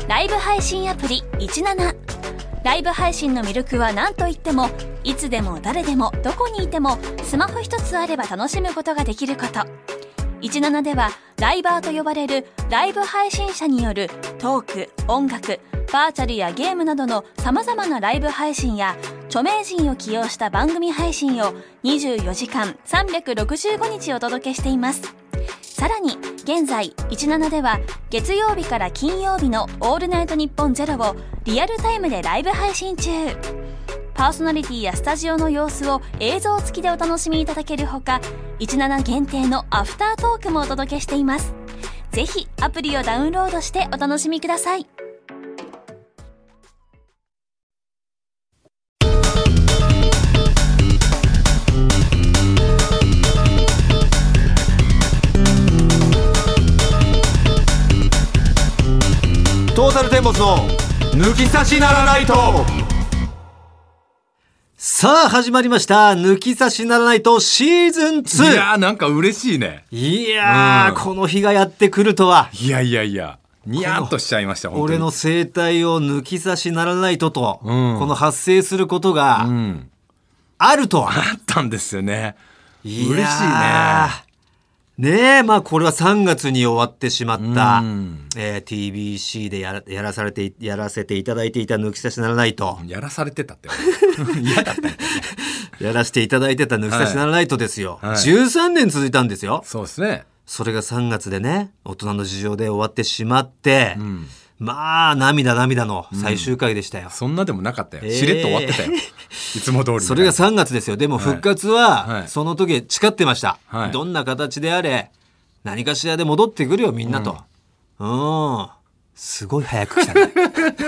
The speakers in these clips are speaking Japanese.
ライブ配信アプリ17。ライブ配信の魅力は何といっても、いつでも誰でもどこにいてもスマホ一つあれば楽しむことができること。17ではライバーと呼ばれるライブ配信者によるトーク、音楽、バーチャルやゲームなどの様々なライブ配信や著名人を起用した番組配信を24時間365日お届けしています。さらに現在17では月曜日から金曜日のオールナイトニッポンゼロをリアルタイムでライブ配信中。パーソナリティやスタジオの様子を映像付きでお楽しみいただけるほか、17限定のアフタートークもお届けしています。ぜひアプリをダウンロードしてお楽しみください。 トータルテンボスの抜き差しならないと。さあ始まりました、抜き差しならないとシーズン2。 いやーなんか嬉しいね。 いやー、この日がやってくるとは。 いやニヤーっとしちゃいました。本当に俺の生態を抜き差しならないとと、この発生することがあるとは、 あったんですよね。 嬉しいね。ねえ、まあこれは3月に終わってしまった、TBC でやらせていただいていた抜き差しならないと。 やらされてたって嫌だったね。 やらせていただいてた抜き差しならないとですよ、 はい、 13年続いたんですよ。 そうですね。 それが3月でね、大人の事情で終わってしまって、まあ涙の最終回でしたよ。 そんなでもなかったよ。しれっと終わってたよ。いつも通り。 それが3月ですよ。でも復活はその時誓ってました、どんな形であれ何かしらで戻ってくるよみんなと。すごい早く来たね。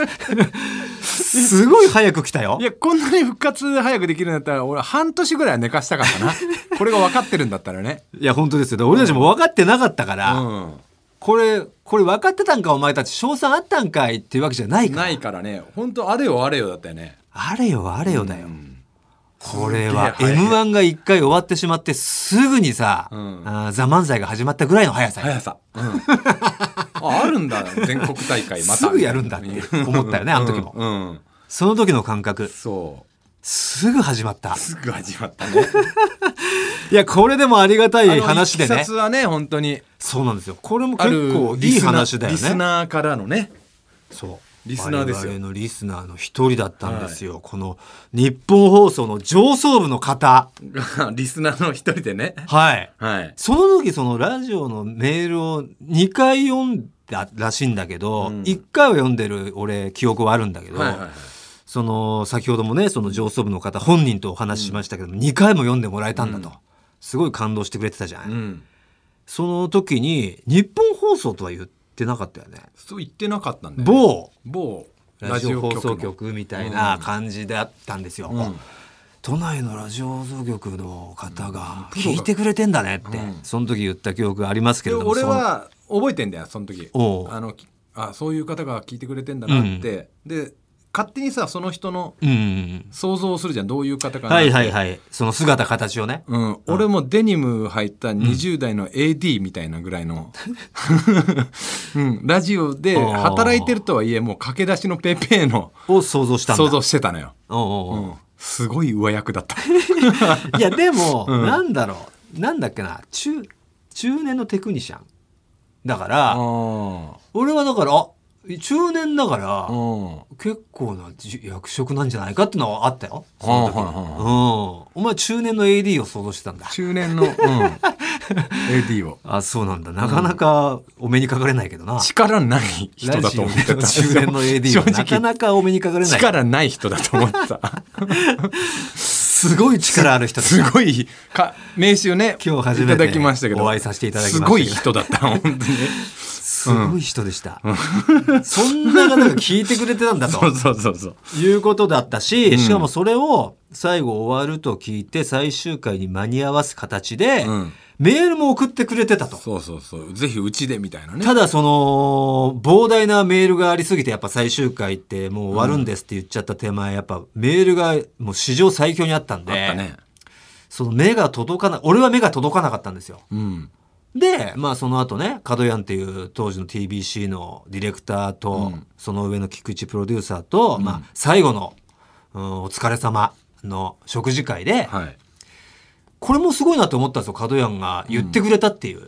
すごい早く来たよ。 いや、こんなに復活早くできるんだったら俺半年ぐらいは寝かしたかったな。これが分かってるんだったらね。 いや本当ですよ。俺たちも分かってなかったから、これ分かってたんかお前たち、賞賛あったんかいっていうわけじゃないから。 ないからね。本当あれよだったよね。 あれよだよ。これは M1 が1回終わってしまってすぐにさ、ザ・漫才が始まったぐらいの速さ。あるんだ、全国大会またすぐやるんだって思ったよね、あの時も。その時の感覚。すぐ始まったね。いやこれでもありがたい話でね。 いきさつはね、本当にそうなんですよ。これも結構いい話だよね。 リスナーからのね。 そうリスナーですよ。 我々のリスナーの一人だったんですよ、この日本放送の上層部の方。 リスナーの一人でね。その時そのラジオのメールを2回読んだらしいんだけど、1回は読んでる俺記憶はあるんだけど、その先ほどもね、その上層部の方本人とお話ししましたけど、2回も読んでもらえたんだと、すごい感動してくれてたじゃん、その時に日本放送とは言ってなかったよね。 そう言ってなかったんだよね。 某ラジオ放送局みたいな感じであったんですよ、都内のラジオ放送局の方が聞いてくれてんだねって、その時言った記憶がありますけれども、 俺は覚えてんだよその時。そういう方が聞いてくれてんだなって、で勝手にさその人の想像をするじゃん、どういう方かなって。 その姿形をね、 俺もデニム入った20代の AD みたいなぐらいの、ラジオで働いてるとはいえもう駆け出しのペーペーのを想像してたのよ。すごい上役だった。 いやでも、なんだっけな、中年のテクニシャンだから、俺はだから中年だから、結構な役職なんじゃないかっていうのはあったよ、その時。お前中年の AD を想像してたんだ。 中年の、AD を。 あ、そうなんだ。なかなかお目にかかれないけどな。 力ない人だと思ってた。 中年の AD はなかなかお目にかかれない。 力ない人だと思ってた。 すごい力ある人だった。 すごい名刺をね、 今日初めていただきましたけど、 お会いさせていただきました。 すごい人だった本当にね。 すごい人でした、そんな方が聞いてくれてたんだということだったし、しかもそれを最後終わると聞いて最終回に間に合わす形で、メールも送ってくれてたと。 ぜひうちでみたいなね。 ただその膨大なメールがありすぎて、やっぱ最終回ってもう終わるんですって言っちゃった手前、やっぱメールがもう史上最強にあったんで、その俺は目が届かなかったんですよ、 でまあその後ね角谷っていう当時の TBC のディレクターと、その上の菊池プロデューサーと、まあ、最後の、お疲れ様の食事会で、これもすごいなと思ったんですよ。角谷が言ってくれたっていう、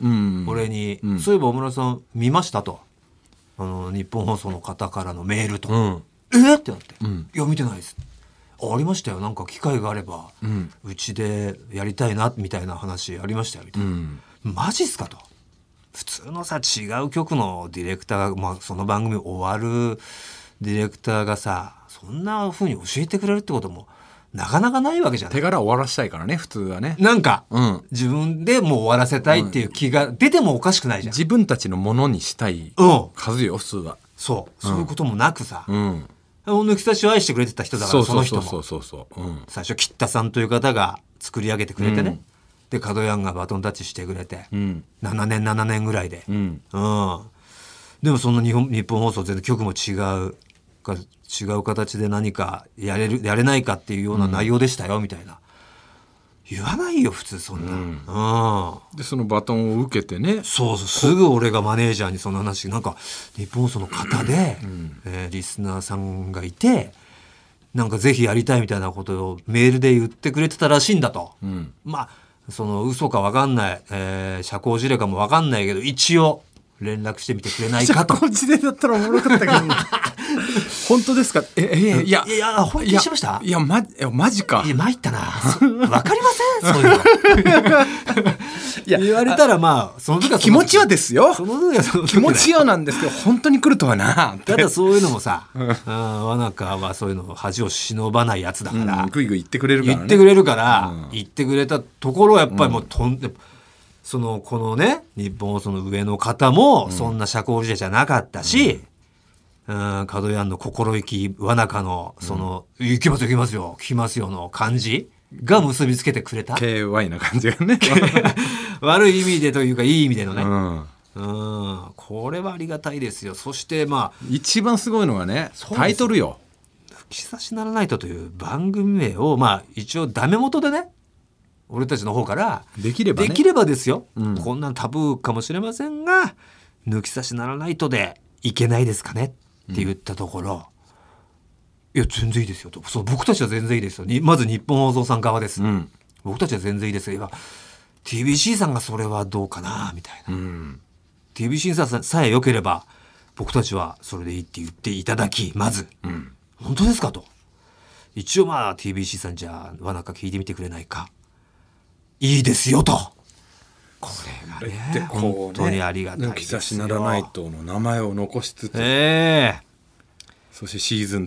俺に、そういえば大村さん見ましたと、日本放送の方からのメールと、ってなって、いや見てないです。ありましたよ、なんか機会があればうちでやりたいなみたいな話ありましたよみたいな、マジっすかと。普通のさ違う局のディレクターが、まあ、その番組終わるディレクターがさそんな風に教えてくれるってこともなかなかないわけじゃない。 手柄終わらせたいからね普通はね。 なんか、自分でもう終わらせたいっていう気が出てもおかしくないじゃん。 自分たちのものにしたい数よ普通は。 そういうこともなくさ、抜き差しを愛してくれてた人だから、その人も最初吉田さんという方が作り上げてくれてね、で角谷がバトンタッチしてくれて、7年ぐらいで、でもその日本放送全然局も違う形で何かやれないかっていうような内容でしたよみたいな、言わないよ普通そんな、 でそのバトンを受けてね、 すぐ俺がマネージャーにその話、なんか日本放送の方で、リスナーさんがいてなんかぜひやりたいみたいなことをメールで言ってくれてたらしいんだと、まあその嘘か分かんない、社交辞令かも分かんないけど一応連絡してみてくれないかと。 社交辞令だったらおもろかったけど本当ですか。いや本気にしました。 いやマジか。 いや参ったな。分かりませんそういうのいや言われたらまあその時は気持ちはですよ。 その時は気持ちはなんですけど本当に来るとはな。 ただそういうのもさわなかはそういうの恥を忍ばないやつだから、 グイグイ言ってくれるからね。 言ってくれるから、言ってくれたところはやっぱりもうとんでこのね日本放送の上の方もそんな社交辞令じゃなかったし、角谷の心意気わなかの行きますよ聞きますよの感じが結びつけてくれた KY な感じがね悪い意味でというかいい意味でのね、これはありがたいですよ。そしてまあ一番すごいのがねタイトルよ。 抜き差しならないとという番組名をまあ一応ダメ元でね俺たちの方からできればですよ、こんなタブーかもしれませんが抜き差しならないとでいけないですかねって言ったところ、いや全然いいですよと。僕たちは全然いいですよ。まず日本放送さん側です、僕たちは全然いいですよ。TBC さんがそれはどうかなみたいな、TBC さんさえ良ければ僕たちはそれでいいって言っていただき、まず、本当ですかと。一応まあ TBC さんじゃあわなか聞いてみてくれないか。いいですよと。これがね本当にありがたいですよ。 抜き差しならないとの名前を残しつつ、そしてシーズン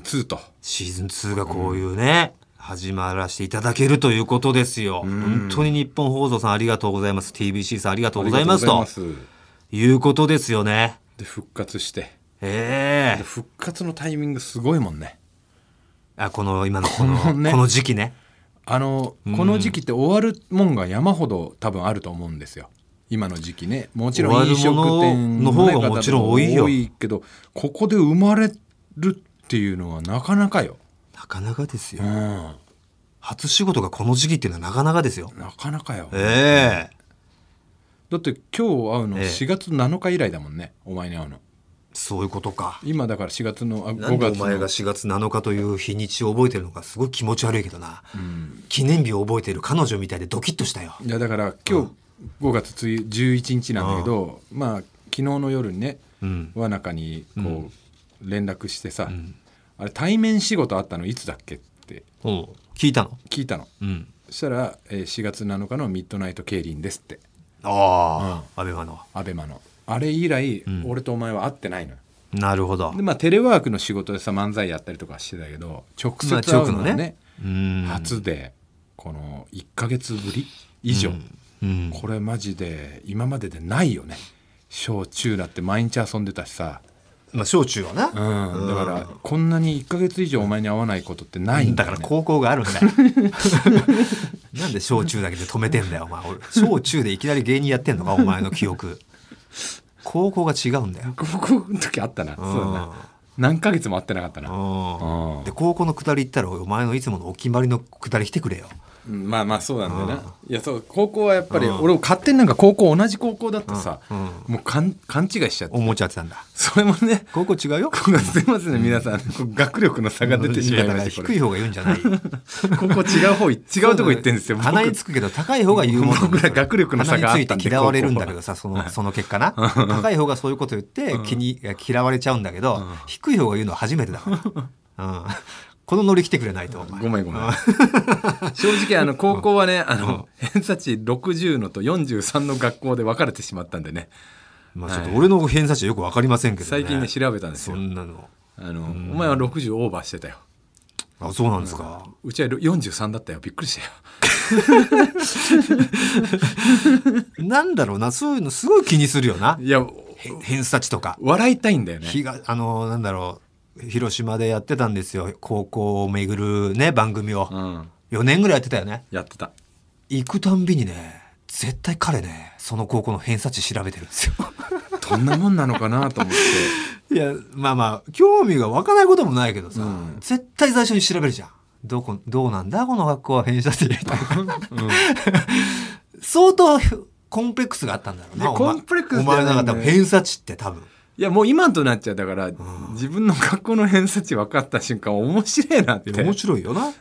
2 がこういうね、始まらせていただけるということですよ。本当に日本放送さんありがとうございます。 TBC さんありがとうございますということですよね。 で復活して、で復活のタイミングすごいもんね。 この今のこの時期ね、 この時期って終わるもんが山ほど多分あると思うんですよ今の時期ね。もちろん飲食店の方がもちろん多いけど、ここで生まれるっていうのはなかなかよ。 なかなかですよ、初仕事がこの時期っていうのはなかなかですよ。 なかなかよ、だって今日会うの4月7日以来だもんね、お前に会うの。 そういうことか。 今だから4月の5月のなんでお前が4月7日という日にちを覚えてるのかすごい気持ち悪いけどな、記念日を覚えてる彼女みたいでドキッとしたよ。 いやだから今日5月11日なんだけど、まあ昨日の夜にね、わなかにこう連絡してさ、あれ対面仕事あったのいつだっけって聞いたの、 そしたら、4月7日のミッドナイト競輪ですって。 アベマのあれ以来、俺とお前は会ってないのよ。 なるほど。 でまあテレワークの仕事でさ漫才やったりとかしてたけど直接会うのはね、初でこの1ヶ月ぶり以上、これマジで今まででないよね。小中だって毎日遊んでたしさ、 小中はな、 だからこんなに1ヶ月以上お前に会わないことってないんだよ、ね、 だから高校があるんだよなんで小中だけで止めてんだよお前。小中でいきなり芸人やってんのかお前の記憶。高校が違うんだよ。 高校の時あったな、そうだな、何ヶ月も会ってなかったな。 で高校の下り行ったらお前のいつものお決まりの下り来てくれよ。 まあまあそうなんだよな、いやそう高校はやっぱり、俺も勝手になんか高校同じ高校だってさ、もう勘違いしちゃって思っちゃってたんだ。 それもね高校違うよ。 すいませんね皆さん、学力の差が出てしまいました。 低い方が言うんじゃない。 高校違うとこ行ってんですよ。 鼻につくけど高い方が言うもん。 僕ら学力の差があったんで鼻について嫌われるんだけどさ、その結果な。高い方がそういうこと言って嫌われちゃうんだけど、低い方が言うのは初めてだから。このノリ来てくれないと。 ごめん正直高校はね偏差値60のと43の学校で分かれてしまったんでね、 まあちょっと俺の偏差値よく分かりませんけどね。 最近ね調べたんですよ。 そんなのお前は60オーバーしてたよ。 あ、そうなんですか。 うちは43だったよ。びっくりしたよ。 なんだろうな、そういうのすごい気にするよな。 いや偏差値とか笑いたいんだよね。 なんだろう、広島でやってたんですよ、高校を巡るね番組を、4年ぐらいやってたよね。 やってた。 行くたんびにね、絶対彼ねその高校の偏差値調べてるんですよ。 どんなもんなのかなと思っていやまあ興味が湧かないこともないけどさ、絶対最初に調べるじゃん。どうなんだこの学校は偏差値みたいな、相当コンプレックスがあったんだろうな。 コンプレックスお前の中で偏差値って多分。 いやもう今となっちゃうだから、自分の学校の偏差値分かった瞬間面白いなって。 面白いよな。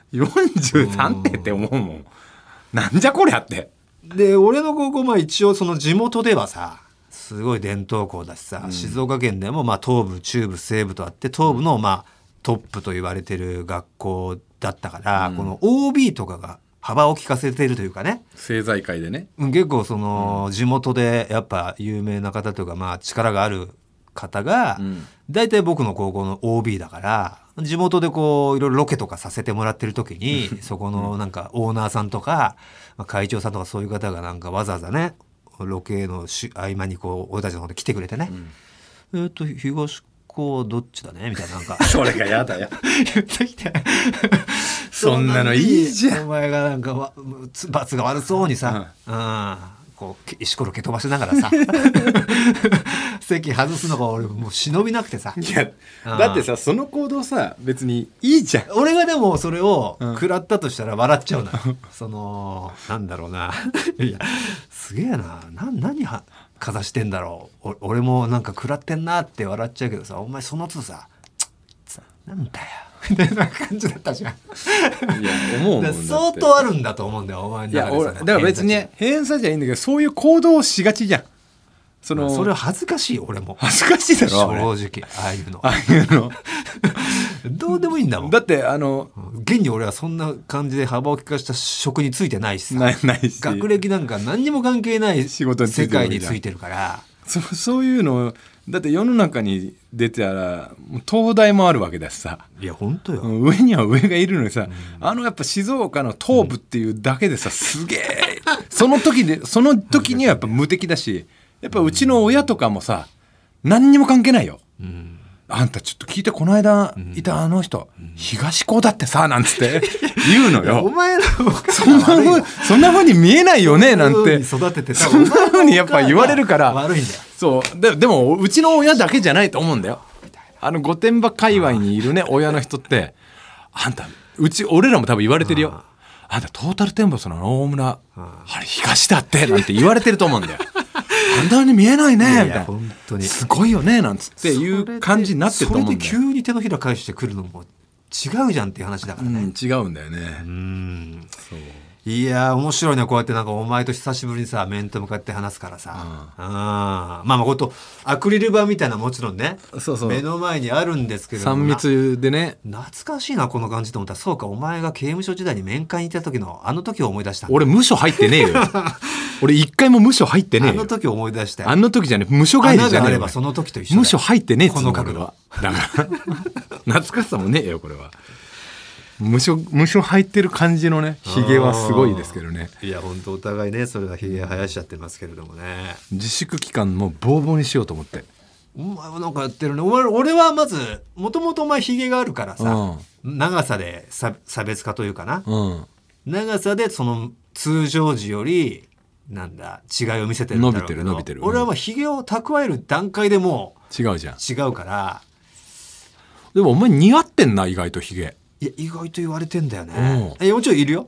43って思うもん。なんじゃこりゃって。 で俺の高校一応その地元ではさすごい伝統校だしさ、静岡県でも東部中部西部とあって、東部のトップと言われてる学校だったから、この OB とかが幅を利かせているというかね、 政財界でね、 結構その地元でやっぱ有名な方というか力がある方が大体僕の高校の OB だから、地元でこういろいろロケとかさせてもらってる時にそこのなんかオーナーさんとか会長さんとかそういう方がなんかわざわざねロケの合間にこう俺たちの方で来てくれてね、東校どっちだねみたいな、なんかそれがやだよ言ってきてそんなのいいじゃん。 お前がなんか罰が悪そうにさ、こう石ころ蹴飛ばしながらさ席外すのが俺もう忍びなくてさ。 いやだってさその行動さ別にいいじゃん。 俺がでもそれを食らったとしたら笑っちゃうな、そのなんだろうないやすげえな、何かざしてんだろう、俺もなんか食らってんなって笑っちゃうけどさ、お前その都度さなんだよみたいな感じだったじゃん。 いや思うもん相当あるんだと思うんだよお前の中で。 いやだから別にね偏差値はいいんだけど、そういう行動をしがちじゃん。 それは恥ずかしい。俺も恥ずかしいだろ正直ああいうのどうでもいいんだもん。 だって現に俺はそんな感じで幅を利かした職についてないしさ、 ないし学歴なんか何にも関係ない仕事に世界についてるから。 そういうのだって世の中に出てたら東大もあるわけだしさ。 いや本当よ、 上には上がいるのにさ、やっぱ静岡の東部っていうだけでさ、すげえその時にはやっぱ無敵だし、やっぱうちの親とかもさ何にも関係ないよ、あんたちょっと聞いて、この間いたあの人、東高だってさなんつって言うのよ。 お前のそんな風に見えないよねなんて、 育ててそんな風にやっぱ言われるから悪いんだよ。 そうでもうちの親だけじゃないと思うんだよ。御殿場界隈にいるね親の人って、あんた俺らも多分言われてるよ。あんたトータルテンボスの大村、あれ東だってなんて言われてると思うんだよ。あんなに見えないねみたいな、本当にすごいよねなんつっていう感じになってると思うんだよ。 それで急に手のひら返してくるのも違うじゃんっていう話だからね、 違うんだよね。 そういや面白いね、こうやってなんかお前と久しぶりにさ面と向かって話すからさ、ことアクリル板みたいなもちろんね、目の前にあるんですけど、 3密でね、 懐かしいなこの感じと思ったら、そうかお前が刑務所時代に面会に行った時のあの時を思い出した。 俺無所入ってねえよ俺一回も無所入ってねえよ。 あの時を思い出したよ。 あの時じゃねえ、無所帰りじゃねえよ。 穴があればその時と一緒だよ。 無所入ってねえっつうのこの角度はだから懐かしさもねえよこれは。無所入ってる感じのねヒゲはすごいですけどね。 いや本当お互いねそれはヒゲ生やしちゃってますけれどもね。 自粛期間もボーボーにしようと思って。 お前はなんかやってるね。俺はまずもともとお前ヒゲがあるからさ、長さで差別化というかな、長さでその通常時よりなんだ違いを見せてるんだろうけど、 伸びてる、 俺はヒゲを蓄える段階でもう違うじゃん。 違うから。 でもお前似合ってんな意外とヒゲ。 いや意外と言われてんだよね。もちろんいるよ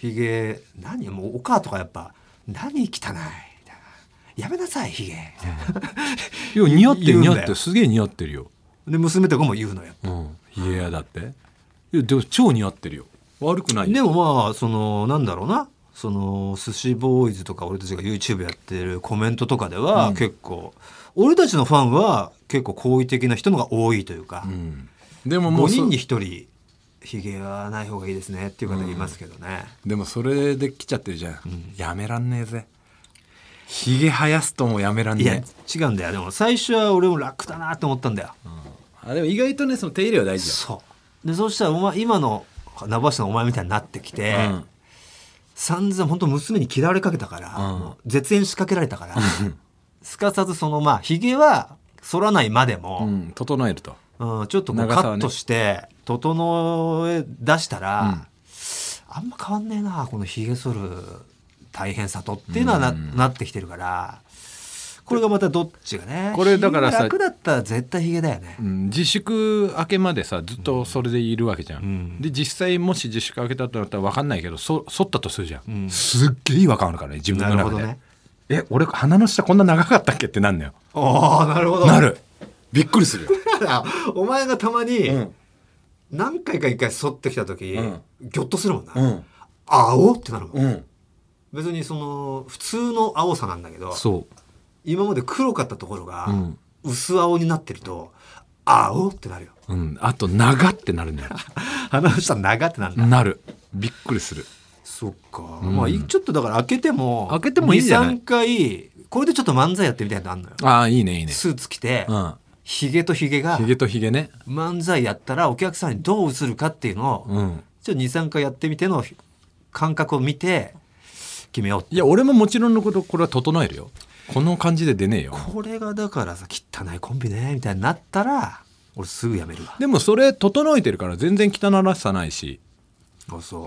ひげ何もうお母とかやっぱ何汚いみたいな、やめなさいひげ、 いや似合ってる似合ってる、すげえ似合ってるよ。 で娘とかも言うのよ、 ひげ屋だって。いやでも超似合ってるよ、悪くないよ。 でもまあそのなんだろうな、その寿司ボーイズとか俺たちが YouTube やってるコメントとかでは、結構俺たちのファンは結構好意的な人のが多いというか、 でももう 5人に1人ひげはない方がいいですねっていう方いますけどね、 でもそれで来ちゃってるじゃん、やめらんねえぜ、ひげ生やすともやめらんねえ。 いや違うんだよ、でも最初は俺も楽だなと思ったんだよ、 でも意外とねその手入れは大事よ。 そうで、そうしたら今の名橋のお前みたいになってきて、散々本当娘に嫌われかけたから、もう絶縁しかけられたからすかさずそのひげは剃らないまでも、 整えると、 ちょっとこうカットして整え出したら、あんま変わんねえなこのひげ剃る大変さとっていうのは なってきてるから、これがまたどっちがね、 これだからさ楽だったら絶対ひげだよね、 自粛明けまでさずっとそれでいるわけじゃん、で実際もし自粛明けたとなったら分かんないけど剃ったとするじゃん、すっげえ違和感あるからね自分の中で、ね、俺鼻の下こんな長かったっけってなんだよ。 なるほど、 なる、びっくりするよお前がたまに何回か一回剃ってきた時、ギョッとするもんな、青ってなるもん、別にその普通の青さなんだけど、 そう今まで黒かったところが薄青になってると青ってなるよ、 あと長ってなるんだよ鼻の下長ってなんだ、 なる、びっくりする。 そっか、まあちょっとだから開けてもいいじゃない。 2、3回これでちょっと漫才やってみたいなのあんのよ。 いいねいいね。 スーツ着て、ひげとひげがひげとひげね、 漫才やったらお客さんにどう映るかっていうのを、ちょっと 2,3 回やってみての感覚を見て決めようって。 いや俺ももちろんのことこれは整えるよ、この感じで出ねえよ。 これがだからさ汚いコンビねみたいになったら俺すぐやめるわ。 でもそれ整えてるから全然汚らしさないし。 そう、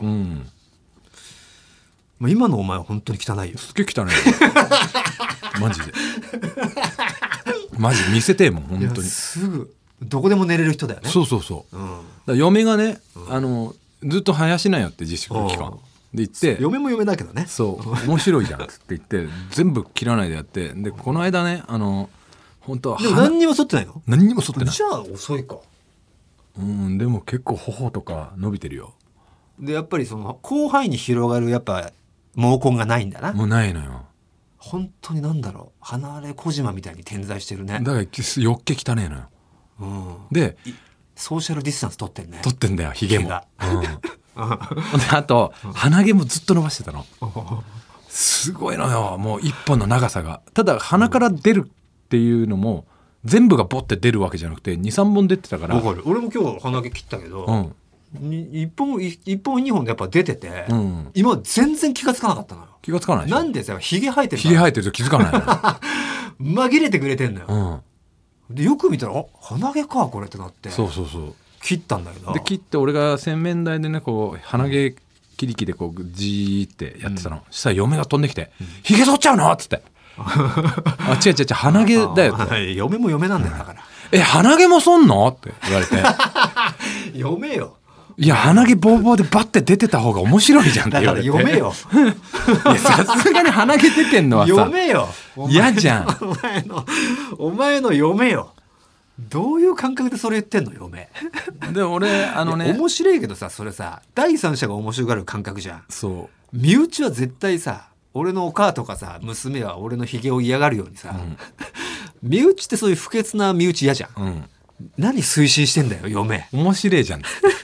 まあ、今のお前は本当に汚いよ。 すげえ汚いよマジでマジ見せてもん本当に。 すぐどこでも寝れる人だよね。 そうそうそう、だから嫁がね、ずっと生やしなよって自粛期間で言って、 嫁も嫁だけどね、 そう面白いじゃんって言って全部切らないでやって、でこの間ね本当はでも何にも剃ってないの？ 何にも剃ってない。 じゃあ遅いか。 でも結構頬とか伸びてるよ。 でやっぱりその広範囲に広がるやっぱ毛根がないんだな。 もうないのよ。 本当になんだろう、離れ小島みたいに点在してるね。 だからよっけ汚ねえのよ、でソーシャルディスタンス取ってんね。 取ってんだよヒゲも。あと鼻毛もずっと伸ばしてたのすごいのよ、もう一本の長さが。ただ鼻から出るっていうのも全部がボッて出るわけじゃなくて 2,3 本出てたから。 分かる。俺も今日鼻毛切ったけど、1本2本でやっぱ出てて、今全然気がつかなかったのよ。 気がつかないでしょ。 なんでさ、ヒゲ生えてるヒゲ生えてると気づかないの紛れてくれてんのよ、でよく見たら鼻毛かこれってなって、 そう切ったんだけど、 で切って俺が洗面台でねこう鼻毛切り器でこうジーってやってたの、したら嫁が飛んできて「ヒゲ剃っちゃうの?」っつってあ違う鼻毛だよって。 嫁も嫁なんだよだから、 鼻毛も剃んのって言われて嫁よ。 いや鼻毛ボーボーでバッて出てた方が面白いじゃんって言われて。 だから嫁よいやさすがに鼻毛出てんのはさ嫁よ。 嫌じゃん。 お前の嫁よ。どういう感覚でそれ言ってんの嫁。 で俺面白いけどさ、それさ第三者が面白がる感覚じゃん。 そう、 身内は絶対さ、俺のお母とかさ娘は俺のヒゲを嫌がるようにさ、身内ってそういう不潔な身内嫌じゃん、何推進してんだよ嫁。 面白いじゃん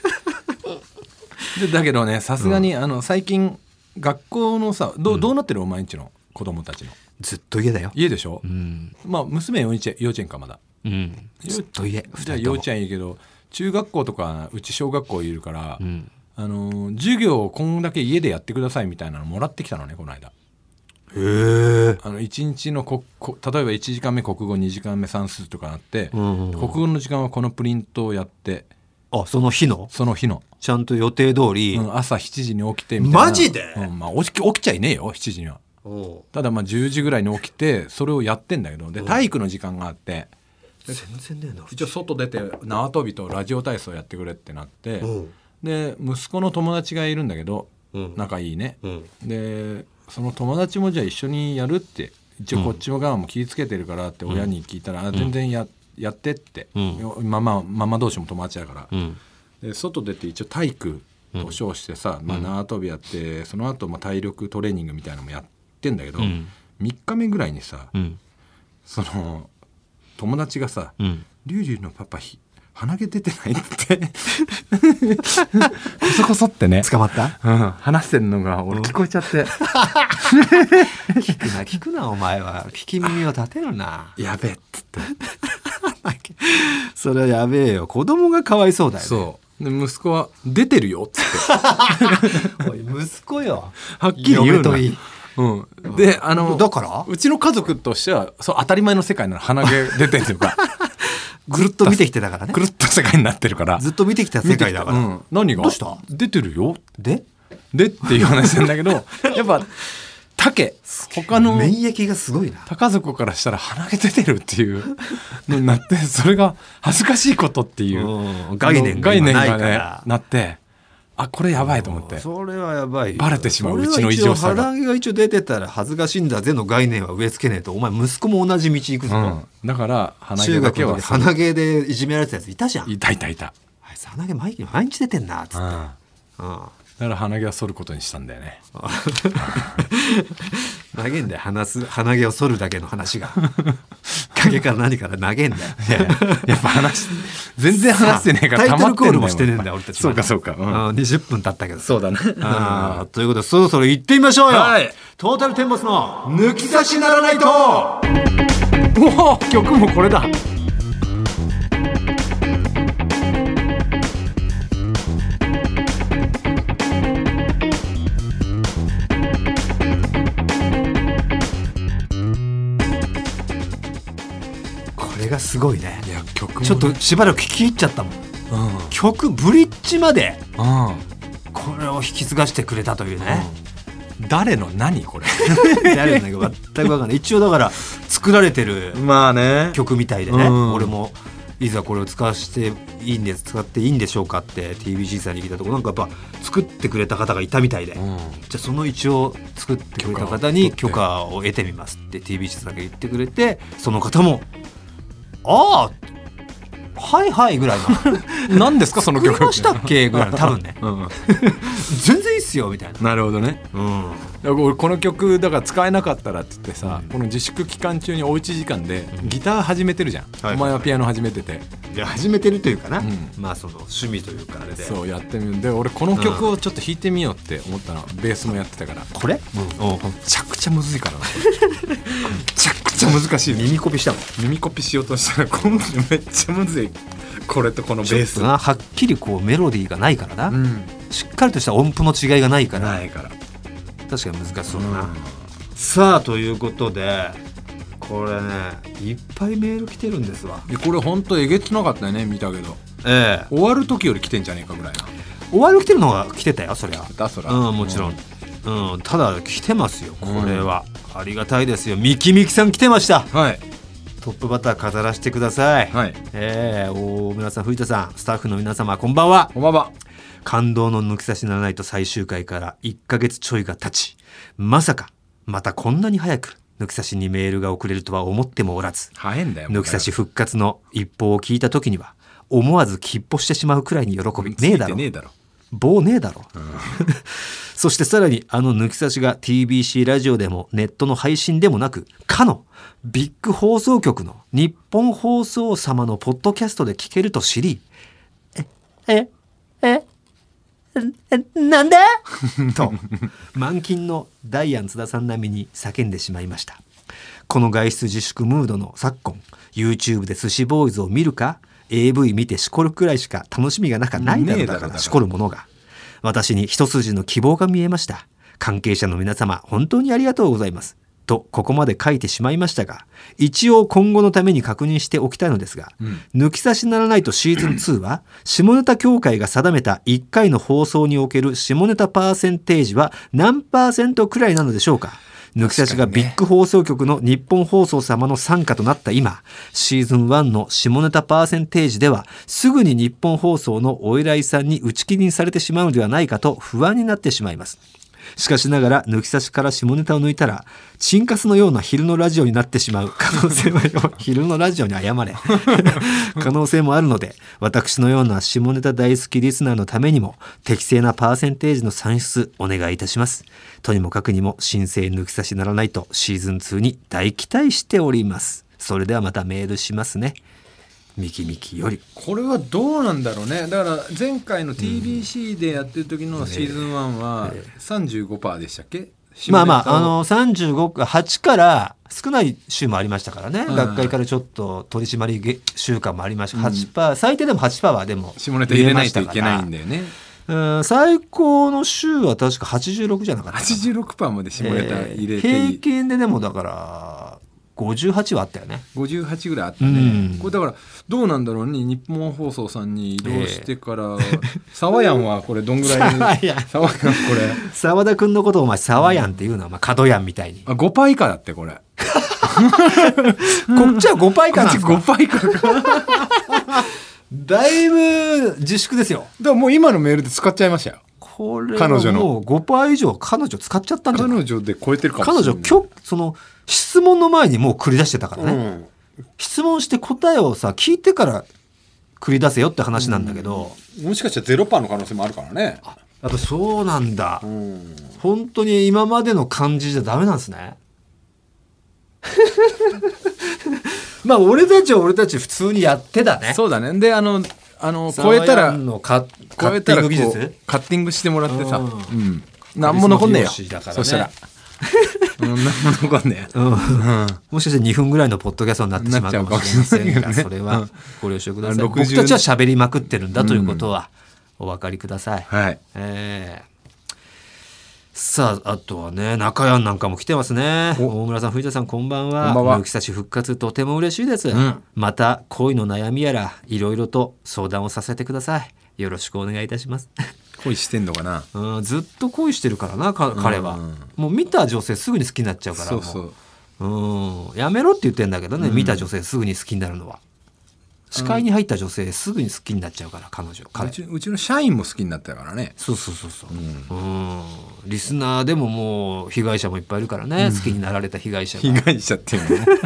でだけどねさすがに、最近学校のさどうなってるお前んちの子供たちの。 ずっと家だよ。 家でしょ、まあ娘幼稚園かまだ、 ずっと家。 じゃあ幼稚園いいけど中学校とかうち小学校いるから、授業をこんだけ家でやってくださいみたいなのもらってきたのねこの間。 へえ。 1日の例えば1時間目国語2時間目算数とかあって、国語の時間はこのプリントをやって、 その日のちゃんと予定通り、 朝7時に起きてみたいな。 マジで？ まあ、起きちゃいねえよ7時には。ただまあ10時ぐらいに起きてそれをやってんだけど、で体育の時間があって全然ねえな。 一応外出て縄跳びとラジオ体操やってくれってなって、で息子の友達がいるんだけど仲いいね、でその友達もじゃあ一緒にやるって一応こっち側も気ぃつけてるからって親に聞いたら、全然やってって、ママ同士も友達だから、で外出て一応体育を称してさ、縄跳びやってその後体力トレーニングみたいなのもやってんだけど、3日目ぐらいにさ、その友達がさ、リュウリュウのパパ鼻毛出てないってこそこそってね捕まった、 話してんのが俺聞こえちゃって聞くなお前は、聞き耳を立てるなやべえっつってそれはやべえよ、子供がかわいそうだよね。 そうで息子は出てるよっつっておい息子よ、 はっきり言うな。でだからうちの家族としてはそう当たり前の世界なの、鼻毛出てるというかぐるっと見てきてたからね、 ぐるっと世界になってるからずっと見てきた世界だから、 何がどうした出てるよでっていう話なんだけどやっぱ他の免疫がすごいな、 他族からしたら鼻毛出てるっていうのになってそれが恥ずかしいことっていう概念がねなって、あこれやばいと思って、 それはやばい、 バレてしまううちの異常さが。 鼻毛が一応出てたら恥ずかしいんだぜの概念は植え付けねえと、お前息子も同じ道行くぞ、 だから鼻毛だけは中学の時鼻毛でいじめられてたやついたじゃん。 いたあいつ鼻毛毎日出てんなっつって、 だから鼻毛は剃ることにしたんだよね投げんだよ、鼻毛を剃るだけの話が影から何から投げんだよやっぱ全然話してねえからタイトルコールもしてねえんだよ俺たち。 そうか、 20分経ったけど。 そうだねということでそろそろ行ってみましょうよ、トータルテンボスの抜き差しならないと。 おお曲もこれだ。 これがすごいね。 いや曲もね、 ちょっとしばらく聴き入っちゃったもん、曲ブリッジまで、これを引き継がしてくれたというね、 誰の何これ誰のか全く分かんない。一応だから作られてる曲みたいでね、俺もいざこれを使っていいんでしょうかって TBC さんに聞いたところ、なんかやっぱ作ってくれた方がいたみたいで、じゃあその一応作ってくれた方に許可を得てみますって TBC さんが言ってくれて、その方もはいはいぐらいの何ですかその曲作りましたっけぐらいの多分ね、全然いいっすよみたいな。 なるほどね、俺この曲だから使えなかったらって言ってさ、この自粛期間中におうち時間でギター始めてるじゃん、お前はピアノ始めてて、 いや始めてるというかな、まあその趣味というかあれでそうやってみるんで、俺この曲をちょっと弾いてみようって思ったの、ベースもやってたから。 これ、 めちゃくちゃむずいからなめちゃくちゃ難しい。 耳コピしたの？ 耳コピしようとしたら今度めっちゃむずい、これとこのベースがはっきりこうメロディーがないからな、しっかりとした音符の違いがないから確かに難しそうだな、さあということでこれねいっぱいメール来てるんですわ。 これ本当えげつなかったよね、見たけど、終わる時より来てんじゃねえかぐらいな。 終わる来てるのが来てたよそりゃ、もちろん、ただ来てますよこれは、ありがたいですよ。ミキミキさん来てました。トップバッター飾らせてください。大村さん、藤田さん、スタッフの皆様こんばんは。感動の抜き差しならないと最終回から1ヶ月ちょいが経ち、まさかまたこんなに早く抜き差しにメールが送れるとは思ってもおらず、 早いんだよ。 抜き差し復活の一報を聞いた時には思わずきっぽしてしまうくらいに喜び、ねえだろ棒ねえだろ、そしてさらに抜き差しが TBC ラジオでもネットの配信でもなく、かのビッグ放送局の日本放送様のポッドキャストで聞けると知り、なんでと満勤のダイアン津田さん並みに叫んでしまいました。この外出自粛ムードの昨今、 YouTube で寿司ボーイズを見るか AV 見てしこるくらいしか楽しみがないだろう。だからしこるものが、私に一筋の希望が見えました。関係者の皆様本当にありがとうございますとここまで書いてしまいましたが、一応今後のために確認しておきたいのですが、抜き差しならないとシーズン2は下ネタ協会が定めた1回の放送における下ネタパーセンテージは何%くらいなのでしょうか。 抜き差しがビッグ放送局の日本放送様の傘下となった今、シーズン1の下ネタパーセンテージではすぐに日本放送のお偉いさんに打ち切りにされてしまうのではないかと不安になってしまいます。しかしながら抜き差しから下ネタを抜いたらチンカスのような昼のラジオになってしまう可能性は昼のラジオに謝れ可能性もあるので、私のような下ネタ大好きリスナーのためにも適正なパーセンテージの算出お願いいたします。とにもかくにも新生抜き差しならないとシーズン2に大期待しております。それではまたメールしますね。ミキミキより。 これはどうなんだろうね。だから前回の TBC でやってる時のシーズン1は 35% でしたっけ。 まあまあ35、8から少ない週もありましたからね、学会からちょっと取り締まり週間もありました。8%、最低でも 8% はでも下ネタ入れないといけないんだよね。 最高の週は確か86じゃなかったかな。 86% まで下ネタ入れて、 平均ででもだから58はあったよね。 58ぐらいあったね、これだからどうなんだろうね。日本放送さんに移動してから、サワヤンはこれどんぐらいサワヤンこれ沢田君のことをお前サワヤンっていうのはまあ角ヤンみたいに、 5% 以下だってこれこっちは5% 以下なんですか。 5% 以下かだいぶ自粛ですよ。 だからもう今のメールで使っちゃいましたよ。 これはもう 5% 以上彼女使っちゃったんじゃない。 彼女で超えてるかもしれない。 彼女その質問の前にもう繰り出してたからね、質問して答えをさ聞いてから繰り出せよって話なんだけど、 もしかしたら 0% の可能性もあるからね。 やっぱそうなんだ、本当に今までの感じじゃダメなんですねまあ俺たちは俺たち普通にやってたね。 そうだね。で超えたらカッティング技術カッティングしてもらってさ、何も残んねえよ、そしたら何も残んねえ、 もしかして2分ぐらいのポッドキャストになってしまうかもしれませんが、それはご了承ください。僕たちは喋りまくってるんだということはお分かりください。さあ、あとはね、中山なんかも来てますね。大村さん、藤田さん、こんばんは。抜き差し復活とても嬉しいです、また恋の悩みやらいろいろと相談をさせてください。よろしくお願いいたします恋してんのかな。 ずっと恋してるからな、彼は。もう見た女性すぐに好きになっちゃうから。やめろって言ってんだけどね、見た女性すぐに好きになるのは。視界に入った女性すぐに好きになっちゃうから、彼うちの社員も好きになったからね。 そう、リスナーでももう被害者もいっぱいいるからね、好きになられた被害者が。 被害者っていう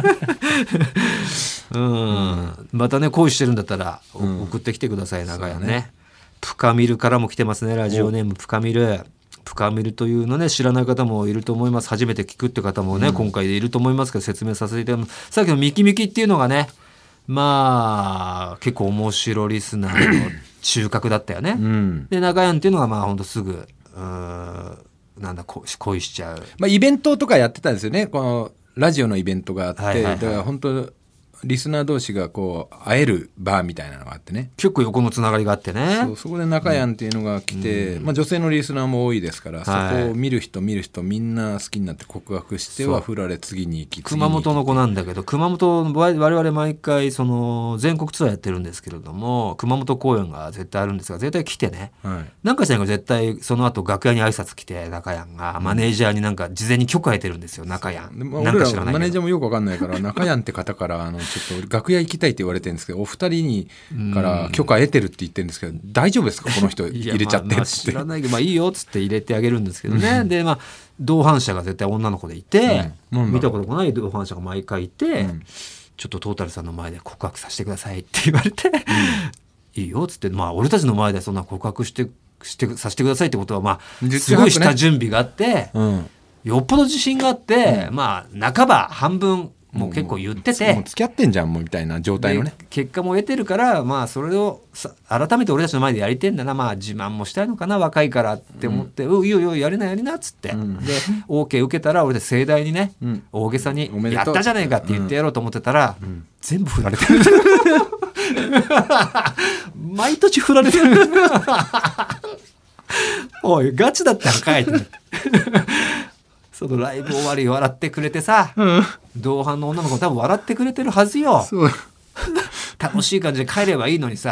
のねまたね、恋してるんだったら送ってきてください、長屋ね。プカミルからも来てますね、ラジオネームプカミル。プカミルというのね、知らない方もいると思います。初めて聞くって方もね、今回でいると思いますけど、説明させていただきます。さっきのミキミキっていうのがね、まあ結構面白リスナーの中核だったよね、で中山っていうのがまあほんとすぐなんだ恋しちゃう、 イベントとかやってたんですよね。このラジオのイベントがあって、だから本当リスナー同士がこう会えるバーみたいなのがあってね、 結構横のつながりがあってね。 そこで中山っていうのが来て、女性のリスナーも多いですから、そこを見る人みんな好きになって告白しては振られ、次に行き熊本の子なんだけど、熊本我々毎回その全国ツアーやってるんですけれども、熊本公演が絶対あるんですが、絶対来てね、なんかしないか絶対その後楽屋に挨拶来て、中山がマネージャーになんか事前に許可得てるんですよ、中山。 俺らマネージャーもよく分かんないから中山って方からちょっと楽屋行きたいって言われてるんですけど、お二人にから許可得てるって言ってるんですけど、大丈夫ですかこの人入れちゃってって。 知らないけど、いいよっつって入れてあげるんですけどね、で同伴者が絶対女の子でいて、見たこともない同伴者が毎回いて、ちょっとトータルさんの前で告白させてくださいって言われて、いいよっつって、俺たちの前でそんな告白させてくださいってことはすごい下準備があって、よっぽど自信があって、半ば半分もう結構言ってて、 もう付き合ってんじゃんもうみたいな状態のね、 結果も得てるから、それを改めて俺たちの前でやりてんだな、自慢もしたいのかな、若いからって思って、いいよやりなっつって、で OK 受けたら俺で盛大にね、大げさにやったじゃねえかって言ってやろうと思ってたら、全部振られてる毎年振られてるおいガチだったんかいってそのライブ終わり笑ってくれてさ、同伴の女の子多分笑ってくれてるはずよ。楽しい感じで帰ればいいのにさ、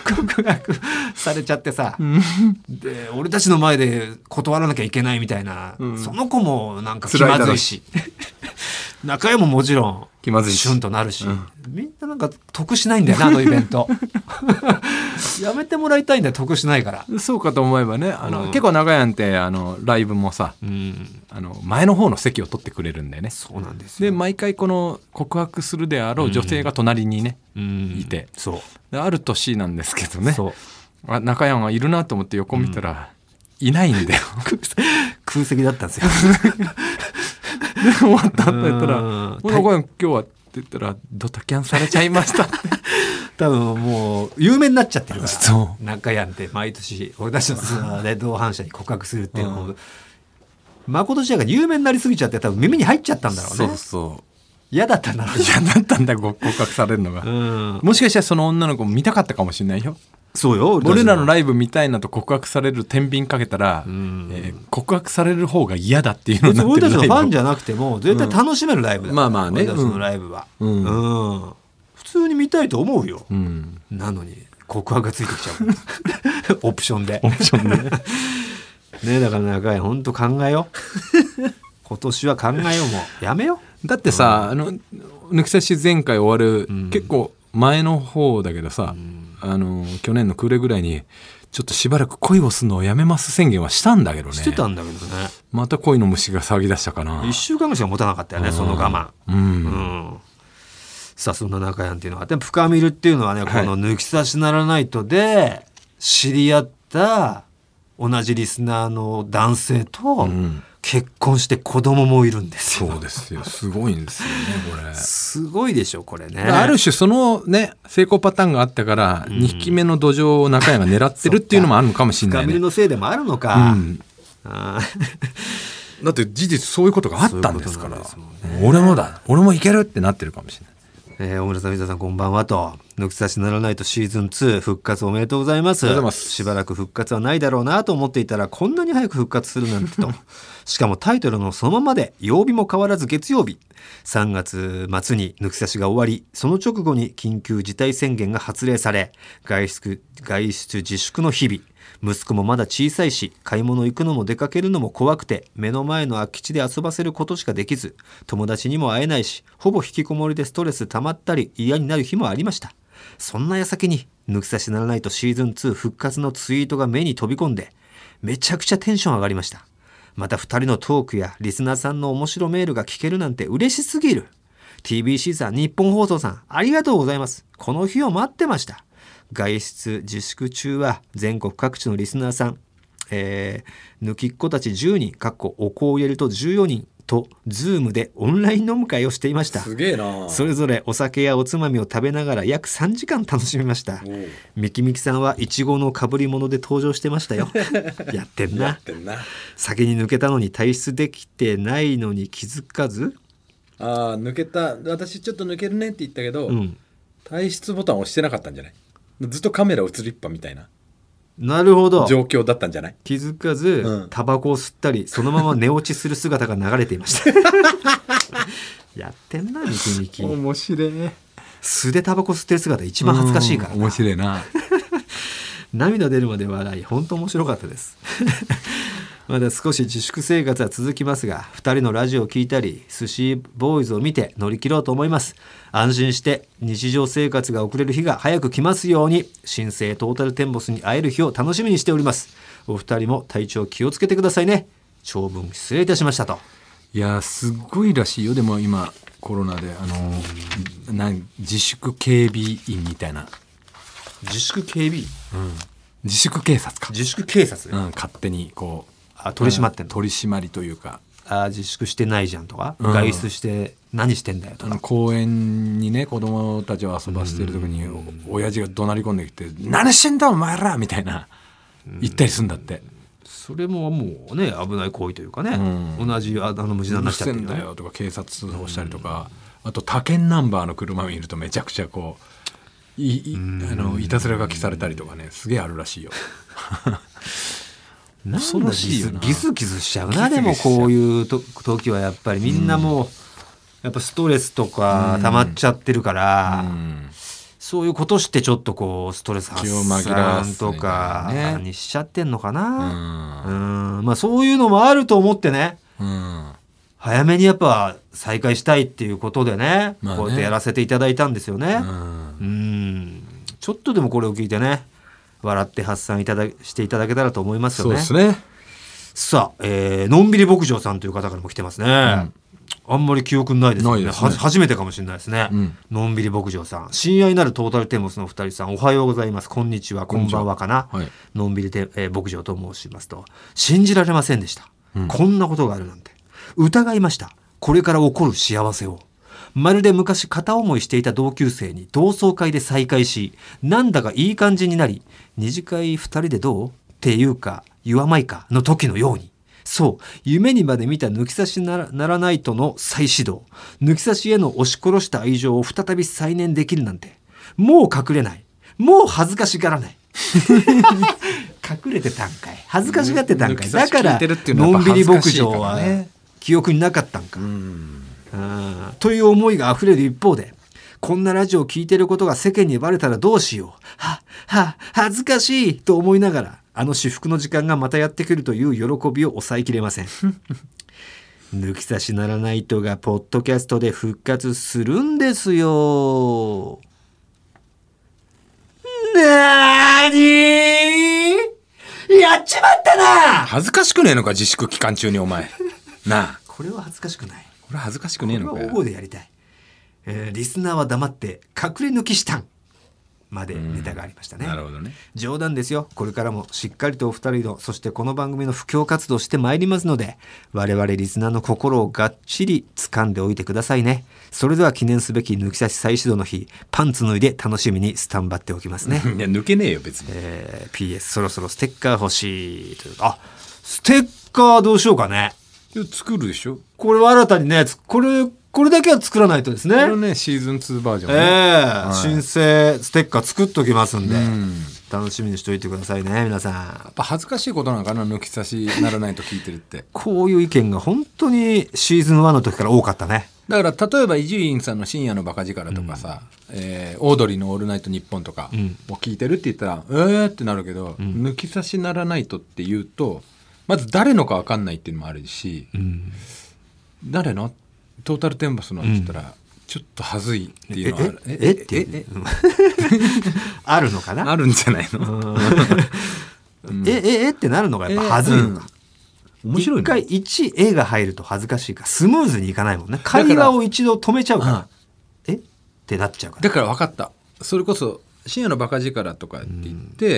告白されちゃってさ、で俺たちの前で断らなきゃいけないみたいな、その子もなんか気まずいし中山ももちろん気まずいしシュンとなるし、みんななんか得しないんだよな、あのイベントやめてもらいたいんだよ、得しないから。 そうかと思えばね、結構長屋ってライブもさ、前の方の席を取ってくれるんだよね。 そうなんですよ。 で毎回この告白するであろう女性が隣にね、いて、 そうである年なんですけどね、中山がいるなと思って横見たら、いないんだよ空席だったんですよで終わったって言ったら「中山今日は?」って言ったら「ドタキャンされちゃいました」って多分もう有名になっちゃってるから、 そう中山って毎年俺たちのツアーで同伴者に告白するっていうのを、誠ちゃんが有名になりすぎちゃって多分耳に入っちゃったんだろうね。 そうそう嫌だったんだろう。 嫌だったんだ告白されるのが、もしかしたらその女の子も見たかったかもしれないよ。 そうよ、 俺らのライブ見たいなと告白される天秤かけたら、告白される方が嫌だっていうのになってる。 俺たちのファンじゃなくても絶対楽しめるライブだ、 まあまあね、 俺たちのライブは、普通に見たいと思うよ、なのに告白がついてきちゃうオプションでね、だから中井本当考えよう今年は考えよう、もうやめよう。 だってさ、抜き差し前回終わる、結構前の方だけどさ、去年の暮れぐらいにちょっとしばらく恋をするのをやめます宣言はしたんだけどね。 してたんだけどね。 また恋の虫が騒ぎ出したかな。 1週間ぐらいしか持たなかったよね、その我慢。さあそんな中やんっていうのはでも深見るっていうのはね、この抜き差しならないとで知り合った同じリスナーの男性と、結婚して子供もいるんですよ。 そうですよ、すごいんですよねこれ。 すごいでしょこれね。 ある種そのね成功パターンがあったから、2匹目の土壌を中山が狙ってるっていうのもあるのかもしれないね。 深見のせいでもあるのか、 だって事実そういうことがあったんですから、俺もいけるってなってるかもしれない。 大村さん、水田さんこんばんはと。抜き差しならないとシーズン2復活おめでとうございます。しばらく復活はないだろうなと思っていたらこんなに早く復活するなんてとしかもタイトルのそのままで曜日も変わらず月曜日。3月末に抜き差しが終わり、その直後に緊急事態宣言が発令され、外出自粛の日々。息子もまだ小さいし、買い物行くのも出かけるのも怖くて、目の前の空き地で遊ばせることしかできず、友達にも会えないし、ほぼ引きこもりでストレス溜まったり嫌になる日もありました。そんな矢先に抜き差しならないとシーズン2復活のツイートが目に飛び込んで、めちゃくちゃテンション上がりました。また2人のトークやリスナーさんの面白メールが聞けるなんて嬉しすぎる。 TBC さん、日本放送さん、ありがとうございます。この日を待ってました。外出自粛中は全国各地のリスナーさん、抜きっ子たち10人お子を入れると14人とズームでオンライン飲む会をしていました。 すげえな。 それぞれお酒やおつまみを食べながら約3時間楽しみました。ミキミキさんはイチゴの被り物で登場してましたよやってんな。先に抜けたのに退出できてないのに気づかず、 抜けた、私ちょっと抜けるねって言ったけど、退出ボタンを押してなかったんじゃない？ずっとカメラ映りっぱみたいな。 なるほど。 状況だったんじゃない？ 気づかず、タバコを吸ったりそのまま寝落ちする姿が流れていましたやってんなミキミキ。 面白い。 素でタバコ吸ってる姿一番恥ずかしいからな。 面白いな涙出るまで笑い、本当面白かったですまだ少し自粛生活は続きますが、2人のラジオを聞いたり寿司ボーイズを見て乗り切ろうと思います。安心して日常生活が送れる日が早く来ますように。新生トータルテンボスに会える日を楽しみにしております。お二人も体調気をつけてくださいね。長文失礼いたしましたと。 いやすごいらしいよ。でも今コロナで自粛警備員みたいな。 自粛警備員、 自粛警察か。 自粛警察、 勝手にこう取り締まってんの。 取り締まりというか、 自粛してないじゃんとか、外出して何してんだよとか。 公園にね子供たちを遊ばせてる時に、親父が怒鳴り込んできて何してんだお前らみたいな言ったりするんだって。 それももうね危ない行為というかね、同じ無事なになっちゃってるんだよとか警察通報したりとか、あと他県ナンバーの車見るとめちゃくちゃこういたずら書きされたりとかね、すげえあるらしいよ恐ろしいよな。ギスギスしちゃうな。でもこういう時はやっぱりみんなもうやっぱストレスとか溜まっちゃってるから、 そういうことしてちょっとこうストレス発散とかにしちゃってんのかな。まあそういうのもあると思ってね、早めにやっぱ再開したいっていうことでね、こうやってやらせていただいたんですよね。ちょっとでもこれを聞いてね、笑って発散していただけたらと思いますよね。 そうですね。 さあ、のんびり牧場さんという方からも来てますね。あんまり記憶ないですね。初めてかもしれないですね。のんびり牧場さん、親愛なるトータルテンボスの二人さん、おはようございます、こんにちは、こんばんはかな、のんびり牧場と申しますと、信じられませんでした、こんなことがあるなんて。疑いました、これから起こる幸せを。まるで昔片思いしていた同級生に同窓会で再会し、なんだかいい感じになり、二次会二人でどうっていうか言わないかの時のように、そう、夢にまで見た抜き差しならないとの再始動、抜き差しへの押し殺した愛情を再び再燃できるなんて、もう隠れない、もう恥ずかしがらない隠れてたんかい、恥ずかしがってたんかい、だからのんびり牧場は記憶になかったんか。という思いがあふれる一方で、こんなラジオを聞いてることが世間にバレたらどうしよう、恥ずかしいと思いながら、あの至福の時間がまたやってくるという喜びを抑えきれません抜き差しならないとがポッドキャストで復活するんですよ。なーにー、やっちまったな。 恥ずかしくねえのか、自粛期間中にお前なあ。 これは恥ずかしくない。 これは恥ずかしくねえのかよ。 これは大声でやりたい。リスナーは黙って隠れ抜きしたんまでネタがありましたね。 なるほどね。 冗談ですよ。これからもしっかりとお二人の、そしてこの番組の布教活動してまいりますので、我々リスナーの心をがっちり掴んでおいてくださいね。それでは記念すべき抜き差し再始動の日、パンツ脱いで楽しみにスタンバっておきますね。 いや抜けねえよ別に。 PS そろそろステッカー欲しいという。あ、ステッカーどうしようかね。 作るでしょ。 これは新たにね、これだけは作らないとですね。 これね、シーズン2バージョンね。 新生ステッカー作っときますんで、楽しみにしておいてくださいね、皆さん。 やっぱ恥ずかしいことなのかな、抜き差しならないと聞いてるって。 こういう意見が本当にシーズン1の時から多かったね。 だから例えば伊集院さんの深夜のバカ力とかさ、オードリーのオールナイトニッポンとかを聞いてるって言ったら、ってなるけど、抜き差しならないとって言うと、まず誰のか分かんないっていうのもあるし、誰のトータルテンボスのって言ったら、ちょっと恥ずいっていうのはあるのかな。 あるんじゃないのってなるのがやっぱ恥ずいのか。面白いね。一回1が入ると恥ずかしいからスムーズにいかないもんね。会話を一度止めちゃうからってなっちゃうから。 だから分かった。それこそ深夜のバカ力とかって言って、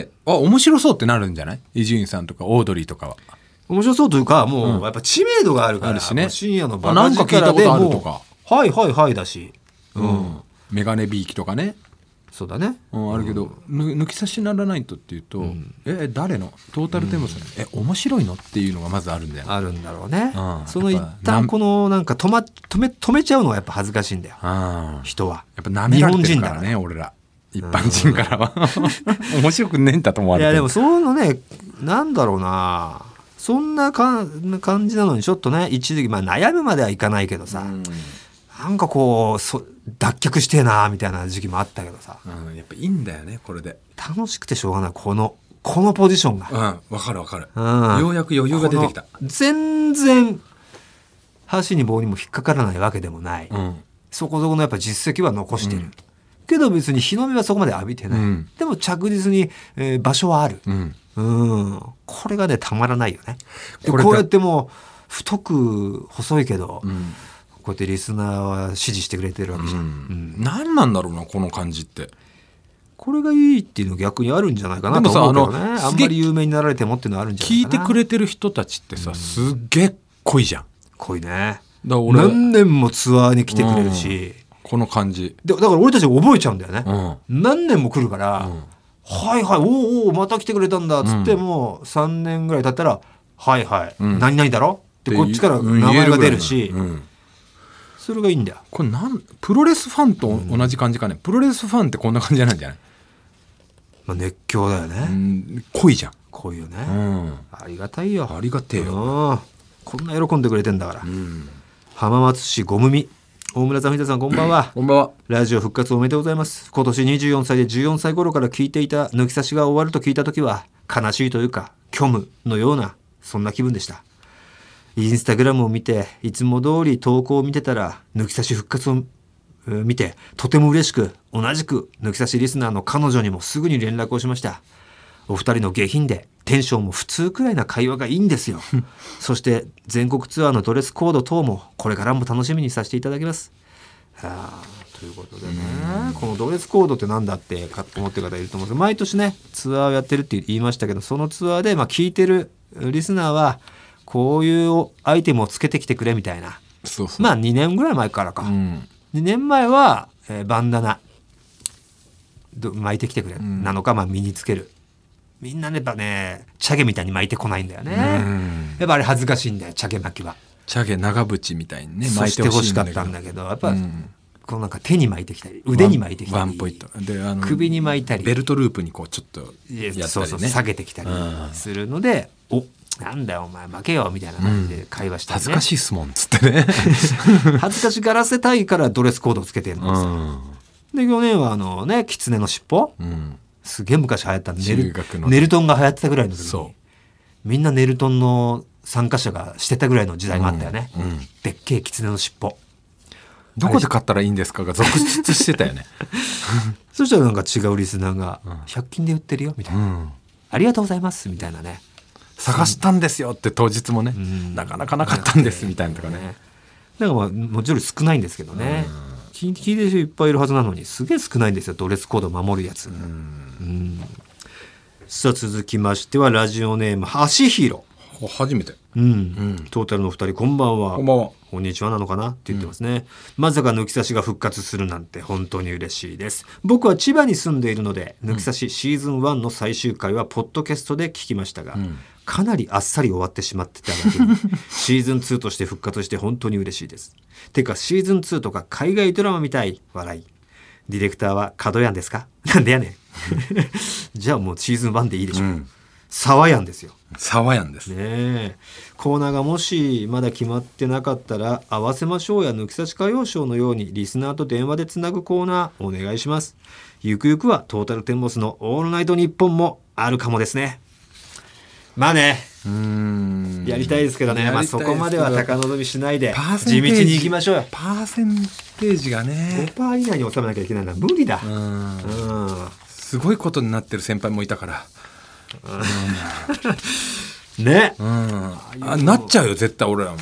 面白そうってなるんじゃない？伊集院さんとかオードリーとかは。 面白そうというか、もうやっぱ知名度があるから、 あるしね、 深夜のバカ力でもはいだし、 メガネビーキとかね。 そうだね、 あるけど、抜き差しならないとっていうと、誰のトータルテンボス面白いのっていうのがまずあるんだよ。 あるんだろうね。その一旦このなんか止めちゃうのはやっぱ恥ずかしいんだよ、人は。 やっぱ舐められてるからね、俺ら一般人からは面白くねえんだと思われてる。 いやでもそういうのね、なんだろうな、そんな感じなのにちょっとね、一時期悩むまではいかないけどさ、なんかこう脱却してえなみたいな時期もあったけどさ、 やっぱいいんだよね、これで楽しくてしょうがない、このポジションが。 わかる、ようやく余裕が出てきた。 全然箸に棒にも引っかからないわけでもない、そこそこのやっぱ実績は残してる、けど別に日の目はそこまで浴びてない、でも着実に、場所はある、これがねたまらないよね。でこうやってもう太く細いけど、こうやってリスナーは支持してくれてるわけじゃん。 何なんだろうな、この感じって。 これがいいっていうの逆にあるんじゃないかなと思うけどね。あんまり有名になられてもっていうのはあるんじゃないかな。 聞いてくれてる人たちってさ、すっげえ濃いじゃん。 濃いね。何年もツアーに来てくれるし、 この感じだから俺たち覚えちゃうんだよね、何年も来るから、はいはい、おまた来てくれたんだっつって、もう3年ぐらい経ったらはいはい、何々だろってこっちから名前が出るし、それがいいんだよ。 これプロレスファンと同じ感じかね。プロレスファンってこんな感じなんじゃない？ 熱狂だよね。 濃いじゃん。 濃いよね、ありがたいよ。 ありがてえよ。 こんな喜んでくれてんだから。浜松市ゴムミ、 大村さん、藤田さん、こんばんは。 こんばんは。 ラジオ復活おめでとうございます。今年24歳で14歳頃から聞いていた抜き差しが終わると聞いた時は悲しいというか虚無のようなそんな気分でした。インスタグラムを見ていつも通り投稿を見てたら抜き差し復活を見てとても嬉しく、同じく抜き差しリスナーの彼女にもすぐに連絡をしました。お二人の下品でテンションも普通くらいな会話がいいんですよ。そして全国ツアーのドレスコード等もこれからも楽しみにさせていただきます。ということでね、このドレスコードってなんだって思ってる方いると思うんですけど、毎年ねツアーをやってるって言いましたけど、そのツアーで聞いてるリスナーはこういうアイテムをつけてきてくれみたいな。 そうそう、 2年ぐらい前からか、2年前は、バンダナ巻いてきてくれなのか、身につける。みんなねやっぱねチャゲみたいに巻いてこないんだよね。やっぱあれ恥ずかしいんだよ、チャゲ巻きは。 チャゲ長渕みたいにね巻いてほしかったんだけど、やっぱ、こうなんか手に巻いてきたり腕に巻いてきたりワンポイントで首に巻いたりベルトループにこうちょっとやったりね、 そう下げてきたりするので、なんだよお前負けよみたいな感じで会話したり、ね、 恥ずかしいっすもんっつってね恥ずかしがらせたいからドレスコードをつけてるんですよ。で去年は狐の尻尾、すげえ昔流行ったネルトンが流行ってたぐらいの時にみんなネルトンの参加者がしてたぐらいの時代もあったよね、でっけえ狐の尻尾どこで買ったらいいんですかが続出してたよねそしたらなんか違うリスナーが100均で売ってるよみたいな、ありがとうございますみたいなね、 探したんですよって当日もね、なかなかなかったんですみたいなとかね、 だからもちろん少ないんですけどね、聞いてる人いっぱいいるはずなのにすげえ少ないんですよ、ドレスコードを守るやつ。さあ続きましてはラジオネームはしひろ。 初めて、 トータルのお二人こんばんは。 こんばんは。 こんにちはなのかなって言ってますね、まさか抜き差しが復活するなんて本当に嬉しいです。僕は千葉に住んでいるので抜き差しシーズン1の最終回はポッドキャストで聞きましたが、かなりあっさり終わってしまってただけにシーズン2として復活して本当に嬉しいです。てかシーズン2とか海外ドラマみたい笑い。ディレクターは角やんですか？なんでやねんじゃあもうシーズン1でいいでしょう、沢やんですよ。 沢やんですね。コーナーがもしまだ決まってなかったら合わせましょうや抜き差し歌謡ショーのようにリスナーと電話でつなぐコーナーお願いします。ゆくゆくはトータルテンボスのオールナイトニッポンもあるかもですね。やりたいですけどね、そこまでは高望みしないで地道に行きましょうよ。 パーセンテージがね 5% 以内に収めなきゃいけないのは無理だ。 すごいことになってる先輩もいたからね、 なっちゃうよ絶対俺らも。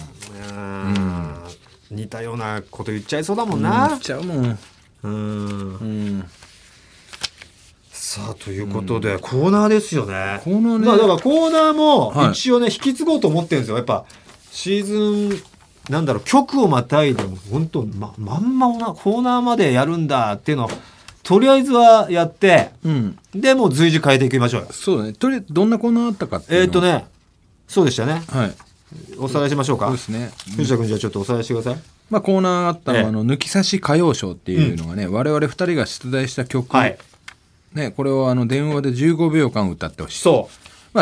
似たようなこと言っちゃいそうだもんな。 言っちゃうもん。 さあということで、コーナーですよね。 コーナーね。 だからコーナーも一応ね、引き継ごうと思ってるんですよ。やっぱシーズン局をまたいでも本当まんまなコーナーまでやるんだっていうのをとりあえずはやって、でもう随時変えていきましょうよ。 そうだね。とりあえずどんなコーナーあったかっていうのそうでしたね。 はい。 おさらいしましょうか。 そうですね。 藤田君じゃあちょっとおさらいしてください。 コーナーあったのは抜き差し歌謡ショーっていうのがね、我々2人が出題した曲、ね、これを電話で15秒間歌ってほしい。 そう。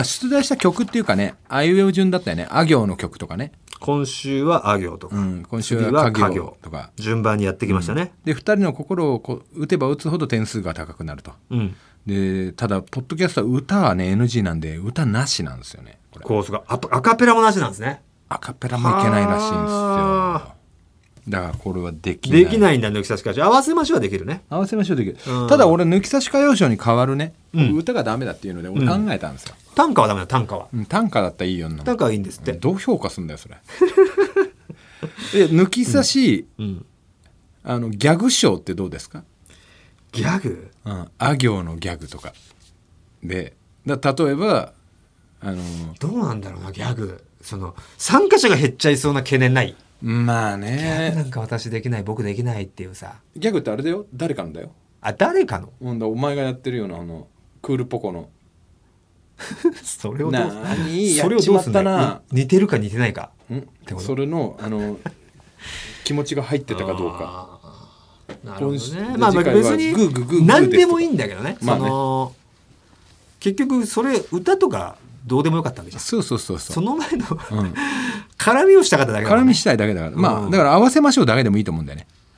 出題した曲っていうかね、あいうえお順だったよね。あ行の曲とかね。 今週はあ行とか、 今週はか行とか順番にやってきましたね。 で2人の心を打てば打つほど点数が高くなると。でただポッドキャストは歌はね NG なんで歌なしなんですよね。 コースがアカペラもなしなんですね。 アカペラもいけないらしいんですよ。だからこれはできないんだ。抜き差し歌謡合わせましょうはできるね。 合わせましょうできる。ただ俺抜き差し歌謡ショーに変わるね、歌がダメだっていうので俺考えたんですよ。 短歌はダメだ。短歌は短歌だったらいいよ。 短歌はいいんですって。 どう評価するんだよそれ抜き差し、ギャグショーってどうですか？ ギャグ？ あ行のギャグとかで例えばどうなんだろうなギャグ。参加者が減っちゃいそうな懸念ない？ まあね。 ギャグなんか私できない僕できないっていうさ。 ギャグってあれだよ、誰かのだよ。 誰かの？ お前がやってるようなクールポコのそれをどう何やっちまったな。 似てるか似てないかそれの気持ちが入ってたかどうか。 なるほどね。別に何でもいいんだけどね。結局それ歌とかどうでもよかったわけじゃん。 そうその前の絡みをしたかっただけだから、 絡みしたいだけだから、だから合わせましょうだけでもいいと思うんだよね。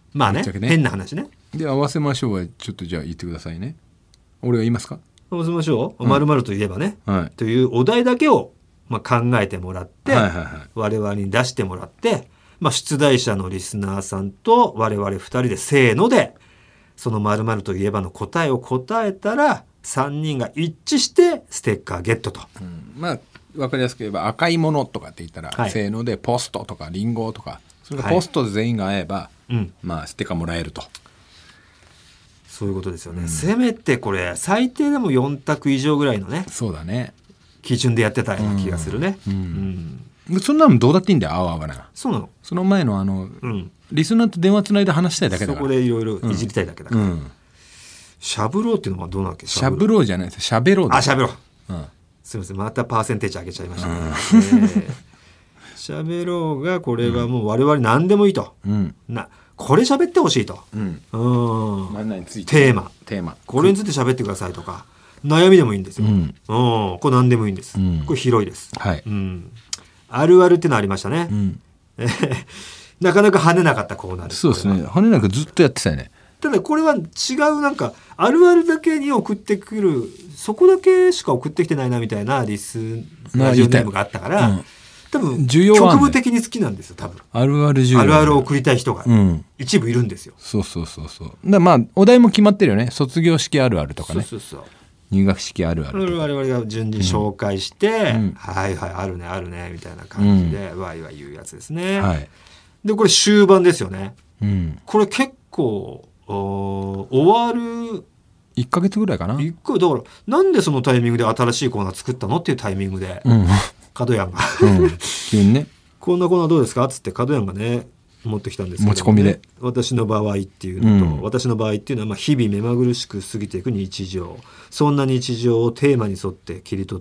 まあね、 ね変な話ね。 で合わせましょうはちょっとじゃあ言ってくださいね。俺が言いますか。 合わせましょう。〇〇といえばね、 はい、 というお題だけをまあ考えてもらって、 はいはいはい、 我々に出してもらって、まあ、出題者のリスナーさんと我々2人でせーのでその〇〇といえばの答えを答えたら3人が一致してステッカーゲットと、 まあ分かりやすく言えば赤いものとかって言ったら、 はい、 せーのでポストとかリンゴとかそれがポストで全員が合えば、まあステッカーもらえると、 そういうことですよね、せめてこれ最低でも4択以上ぐらいのねそうだね基準でやってたような気がするね、 そんなのどうだっていいんだよ合う合わない。 そうなの。 その前のリスナーと電話つないで話したいだけだから。 そこでいろいろいじりたいだけだから、しゃぶろうっていうのはどうなんだっけ。 しゃぶろうじゃないですよ、しゃべろう。 あ、しゃべろう、すいませんまたパーセンテージ上げちゃいましたね、しゃべろうがこれはもう我々何でもいいと、これ喋ってほしいと、 何々についてテーマこれについて喋ってくださいとか悩みでもいいんですよ、これ何でもいいんです、これ広いです、 はい、 あるあるっていうのありましたね、なかなか跳ねなかったコーナーです。 そうですね、跳ねなくずっとやってたよね。 ただこれは違うなんかあるあるだけに送ってくるそこだけしか送ってきてないなみたいなラジオネームがあったから、多分局部的に好きなんですよ多分。 あるあるあるあるを送りたい人が一部いるんですよ。 そうだまあお題も決まってるよね。卒業式あるあるとかね。 そう入学式あるあるとか我々が順に紹介して、はいはいあるねあるねみたいな感じでわいわい言うやつですね、でこれ終盤ですよね、これ結構終わる 1ヶ月ぐらいかな。 だからなんでそのタイミングで新しいコーナー作ったのっていうタイミングで、角谷が急にねこんなコーナーどうですかっつって角谷がね持ってきたんですけど、 持ち込みで私の場合っていうのと、私の場合っていうのはまあ日々目まぐるしく過ぎていく日常、そんな日常をテーマに沿って切り取って、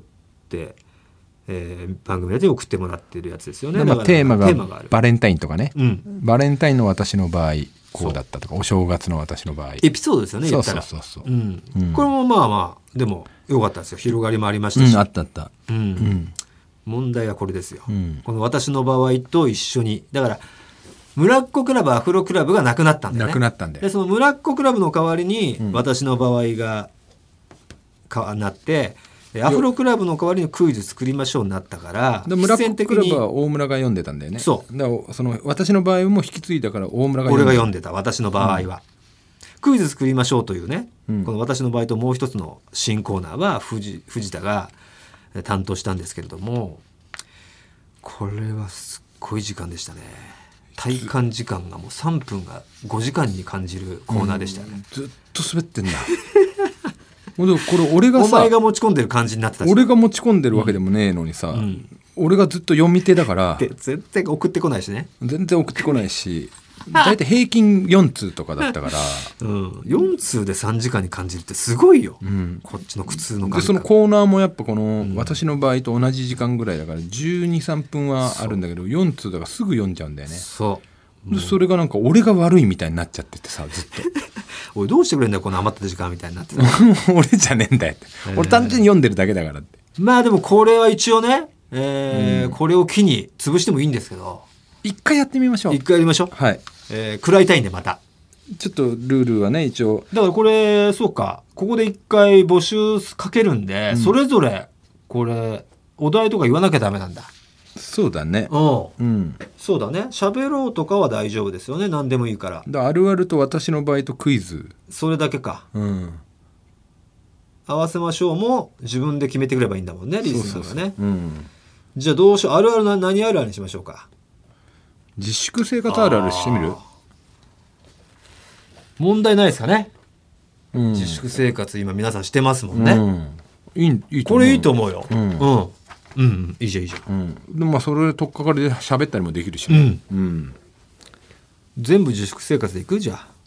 番組で送ってもらってるやつですよね。 だからテーマがバレンタインとかね、バレンタインの私の場合こうだったとか、お正月の私の場合エピソードですよね言ったら。これもまあまあでも良かったですよ。広がりもありましたし、 あったあった、 問題はこれですよ、この私の場合と一緒にだから村っ子クラブアフロクラブがなくなったんだよね。 なくなったんだよ。 でその村っ子クラブの代わりに私の場合がなって、アフロクラブの代わりにクイズ作りましょうになったから、 村っ子クラブは大村が読んでたんだよね。そうだからその私の場合も引き継いだから大村が俺が読んでた。私の場合は、クイズ作りましょうというね、この私の場合ともう一つの新コーナーは藤田が担当したんですけれども、これはすっごい時間でしたね。体感時間がもう3分が5時間に感じるコーナーでしたよね、 ずっと滑ってんだこれ俺がさ、 お前が持ち込んでる感じになってたし、 俺が持ち込んでるわけでもねえのにさ、俺がずっと読み手だから全然送ってこないしね。 全然送ってこないしだいたい平均4通とかだったから、 4通で3時間に感じるってすごいよ、こっちの苦痛の感覚でそのコーナーもやっぱこの、私の場合と同じ時間ぐらいだから12、3分はあるんだけど4通だからすぐ読んじゃうんだよね。それがなんか俺が悪いみたいになっちゃっててさ、ずっとおいどうしてくれんだよこの余った時間みたいになってた俺じゃねえんだよって、俺単純に読んでるだけだからって。 まあでもこれは一応ね、これを機に潰してもいいんですけど、 一回やってみましょう。 一回やりましょう。はい。食らいたいんでまた。 ちょっとルールはね一応。 だからこれそうか、ここで一回募集かけるんで、それぞれこれお題とか言わなきゃダメなんだ。 そうだね。 そうだね。喋ろうとかは大丈夫ですよね。何でもいいから。 あるあると私の場合とクイズ。 それだけか。合わせましょうも自分で決めてくればいいんだもんね、リスナーがね。じゃあどうしよう。あるある何あるあるにしましょうか。 自粛生活あるあるしてみる？ 問題ないですかね、自粛生活今皆さんしてますもんね、いいこれいいと思うよ、いいじゃんいいじゃん、 でもまあそれで取っかかりで喋ったりもできるしね、 全部自粛生活でいくじゃあ、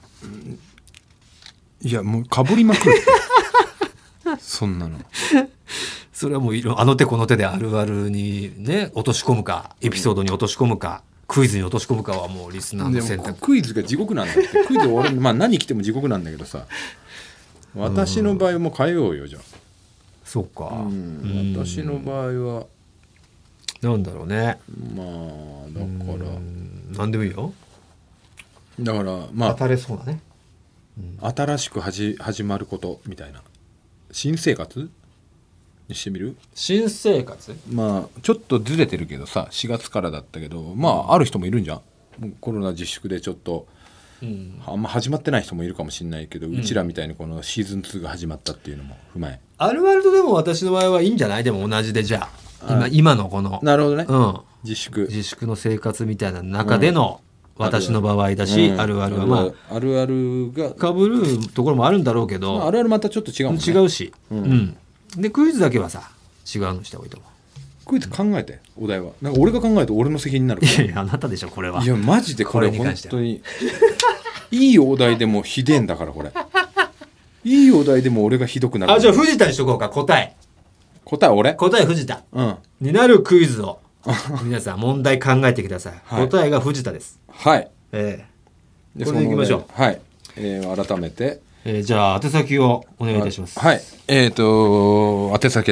いやもうかぶりまくるそんなのそれはもうあの手この手であるあるにね落とし込むか、エピソードに落とし込むか、クイズに落とし込むかはもうリスナーの選択。 クイズが地獄なんだって。クイズ俺、まあ何来ても地獄なんだけどさ、私の場合も変えようよじゃあ。 そうか、 私の場合はなんだろうね。 まあだから何でもいいよ。 だからまあ当たれそうだね、 新しく始まることみたいな新生活にしてみる。 新生活、 まあちょっとずれてるけどさ4月からだったけど、まあある人もいるんじゃん。もうコロナ自粛でちょっと、あんま始まってない人もいるかもしれないけど、うちらみたいにこのシーズン2が始まったっていうのも踏まえ、 あるあるとでも私の場合はいいんじゃない？でも同じでじゃあ今のこのなるほどね、自粛の生活みたいな中での私の場合だし、あるあるはまああるあるが被るところもあるんだろうけど、 あるあるまたちょっと違うもんね。 違うし、でクイズだけはさ違うのした方がいいと思う。 クイズ考えてお題はなんか俺が考えると俺の責任になるから。 いやいやあなたでしょこれは。 いやマジでこれ本当にいいお題でもひでえんだからこれ。いいお題でも俺がひどくなる。 じゃあ藤田にしとこうか。答え藤田、になるクイズを皆さん問題考えてください。答えが藤田です。 はい。 これでいきましょう。 はい。改めて、 じゃあ宛先をお願いいたします。 はい。宛先は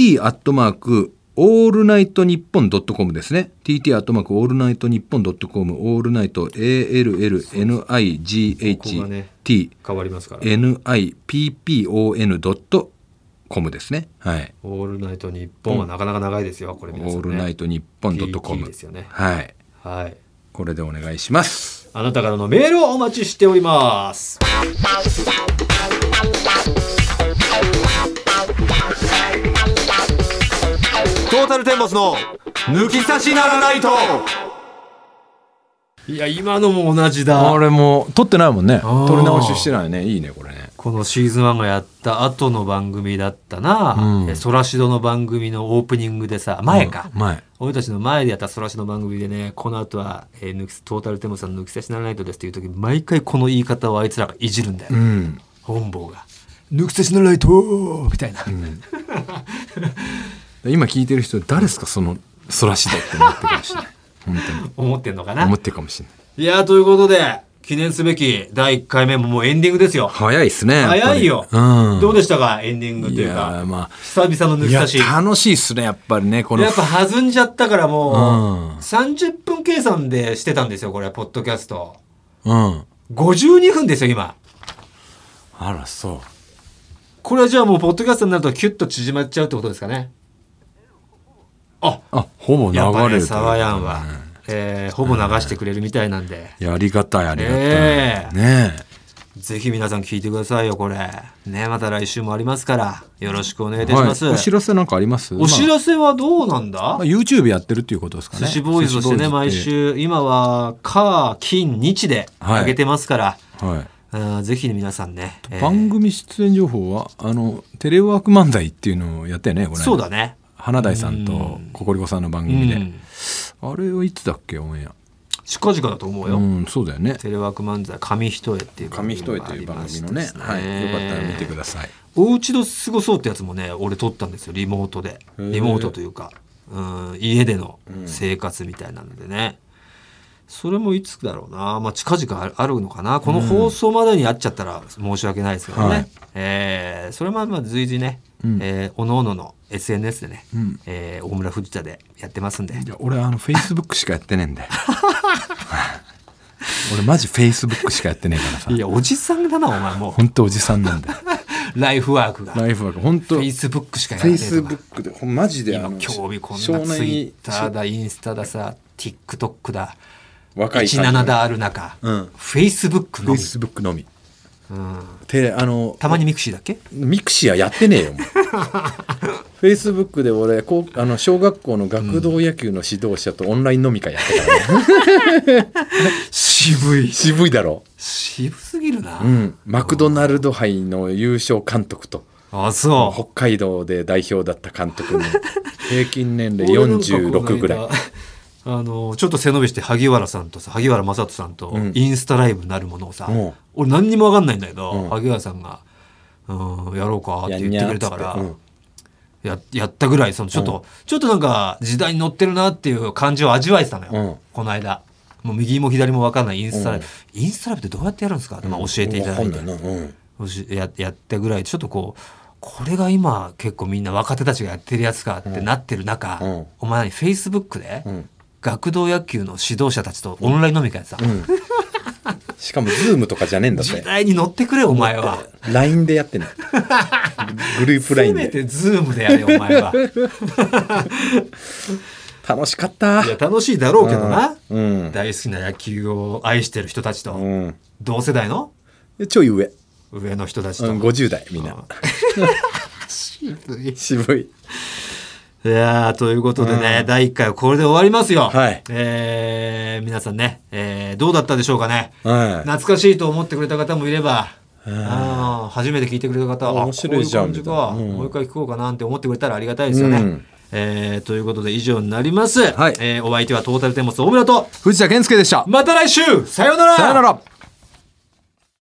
tt@allnightnippon.com ですね。tt@allnightnippon.com オールナイト ALLNIGHT 変わりますから。 NIPPON.com ですね。はい。 オールナイトニッポンはなかなか長いですよ。これ皆さんね。 オールナイトニッポン .com ですよね。 はい。 はい。 これでお願いします。 あなたからのメールをお待ちしております。 トータルテンボスの抜き差しならないと。 いや今のも同じだ。 あれも撮ってないもんね。撮り直ししてないね。いいねこれね。 このシーズン1がやった後の番組だったな。ソラシドの番組のオープニングでさ、前俺たちの前でやったソラシドの番組でね、この後は、トータルテンボスさんの抜き差しならないとですっていう時毎回この言い方をあいつらがいじるんだよ、本坊が抜き差しならないとみたいな、 今聞いてる人誰ですかそのソラシドってなってるかもしれない。本当に思ってんのかな。 思ってるかもしれない。 いやということで記念すべき第1回目ももうエンディングですよ。 早いですね。 早いよ、どうでしたかエンディングというか。久々の抜き差し。 楽しいっすねやっぱりね。このやっぱ弾んじゃったからもう、30分計算でしてたんですよこれポッドキャスト。52分ですよ今。 あらそう。 これはじゃあもうポッドキャストになるとキュッと縮まっちゃうってことですかね。 ほぼ流れる、 やっぱねサワヤンは、ほぼ流してくれるみたいなんで、 ありがたいね。 ぜひ皆さん聞いてくださいよこれね。また来週もありますからよろしくお願いいたします。 お知らせなんかあります？ お知らせはどうなんだ、 YouTube やってるっていうことですかね。 寿司ボーイズとしてね毎週今は火金日で上げてますから、ぜひ皆さんね、 番組出演情報はテレワーク漫才っていうのをやってねこれ。 そうだね。 花大さんとココリコさんの番組で、あれはいつだっけオンエア。 近々だと思うよ。 そうだよね。 テレワーク漫才紙一重っていう紙一重という番組のね、よかったら見てください。 おうちで過ごそうってやつもね俺撮ったんですよリモートで。リモートというか家での生活みたいなのでね、それもいつだろうな。近々あるのかな。この放送までにあっちゃったら申し訳ないですけどね、それも随時ね、おのおのの SNS でね、大村藤田でやってますんで。 いや俺Facebook しかやってねえんで俺マジ Facebook しかやってねえからさ。 いやおじさんだなお前もう。 本当おじさんなんだよライフワークが本当 Facebook しかやってないとか。 Facebook でマジで今興味こんな Twitter だインスタださ TikTok だ若い 17だある中、Facebook のみ。 たまにミクシーだっけ。 ミクシーはやってねえよフェイスブックで俺小学校の学童野球の指導者とオンライン飲み会やったからね渋いだろ。 渋すぎるな、 マクドナルド杯の優勝監督とそう北海道で代表だった監督の平均年齢46ぐらいちょっと背伸びして萩原正人さんとインスタライブなるものをさ、俺何にも分かんないんだけど、萩原さんが、やろうかって言ってくれたから、やったぐらいちょっとなんか時代に乗ってるなっていう感じを味わえてたのよ、この間。もう右も左も分かんないインスタライブ、インスタライブってどうやってやるんですかって、教えていただいて、やったぐらいちょっとこれが今結構みんな若手たちがやってるやつかってなってる中、お前フェイスブックで、学童野球の指導者たちとオンライン飲み会さ、 しかもズームとかじゃねえんだって。 時代に乗ってくれお前は。 LINE でやってんの。グループ LINE で。 せめてズームでやれお前は。 楽しかった。 いや楽しいだろうけどな、 うん、 大好きな野球を愛してる人たちと、うん、同世代のちょい上の人たちと、 50代みんな。渋い。 いやということでね、第1回はこれで終わりますよ。 はい、 皆さんね、どうだったでしょうかね、はい、懐かしいと思ってくれた方もいれば、初めて聞いてくれた方は面白いじゃんみたいな、 もう一回聞こうかなって思ってくれたらありがたいですよね、ということで以上になります、はい、お相手はトータルテンボス大村と藤田健介でした。 また来週さようなら。 さようなら。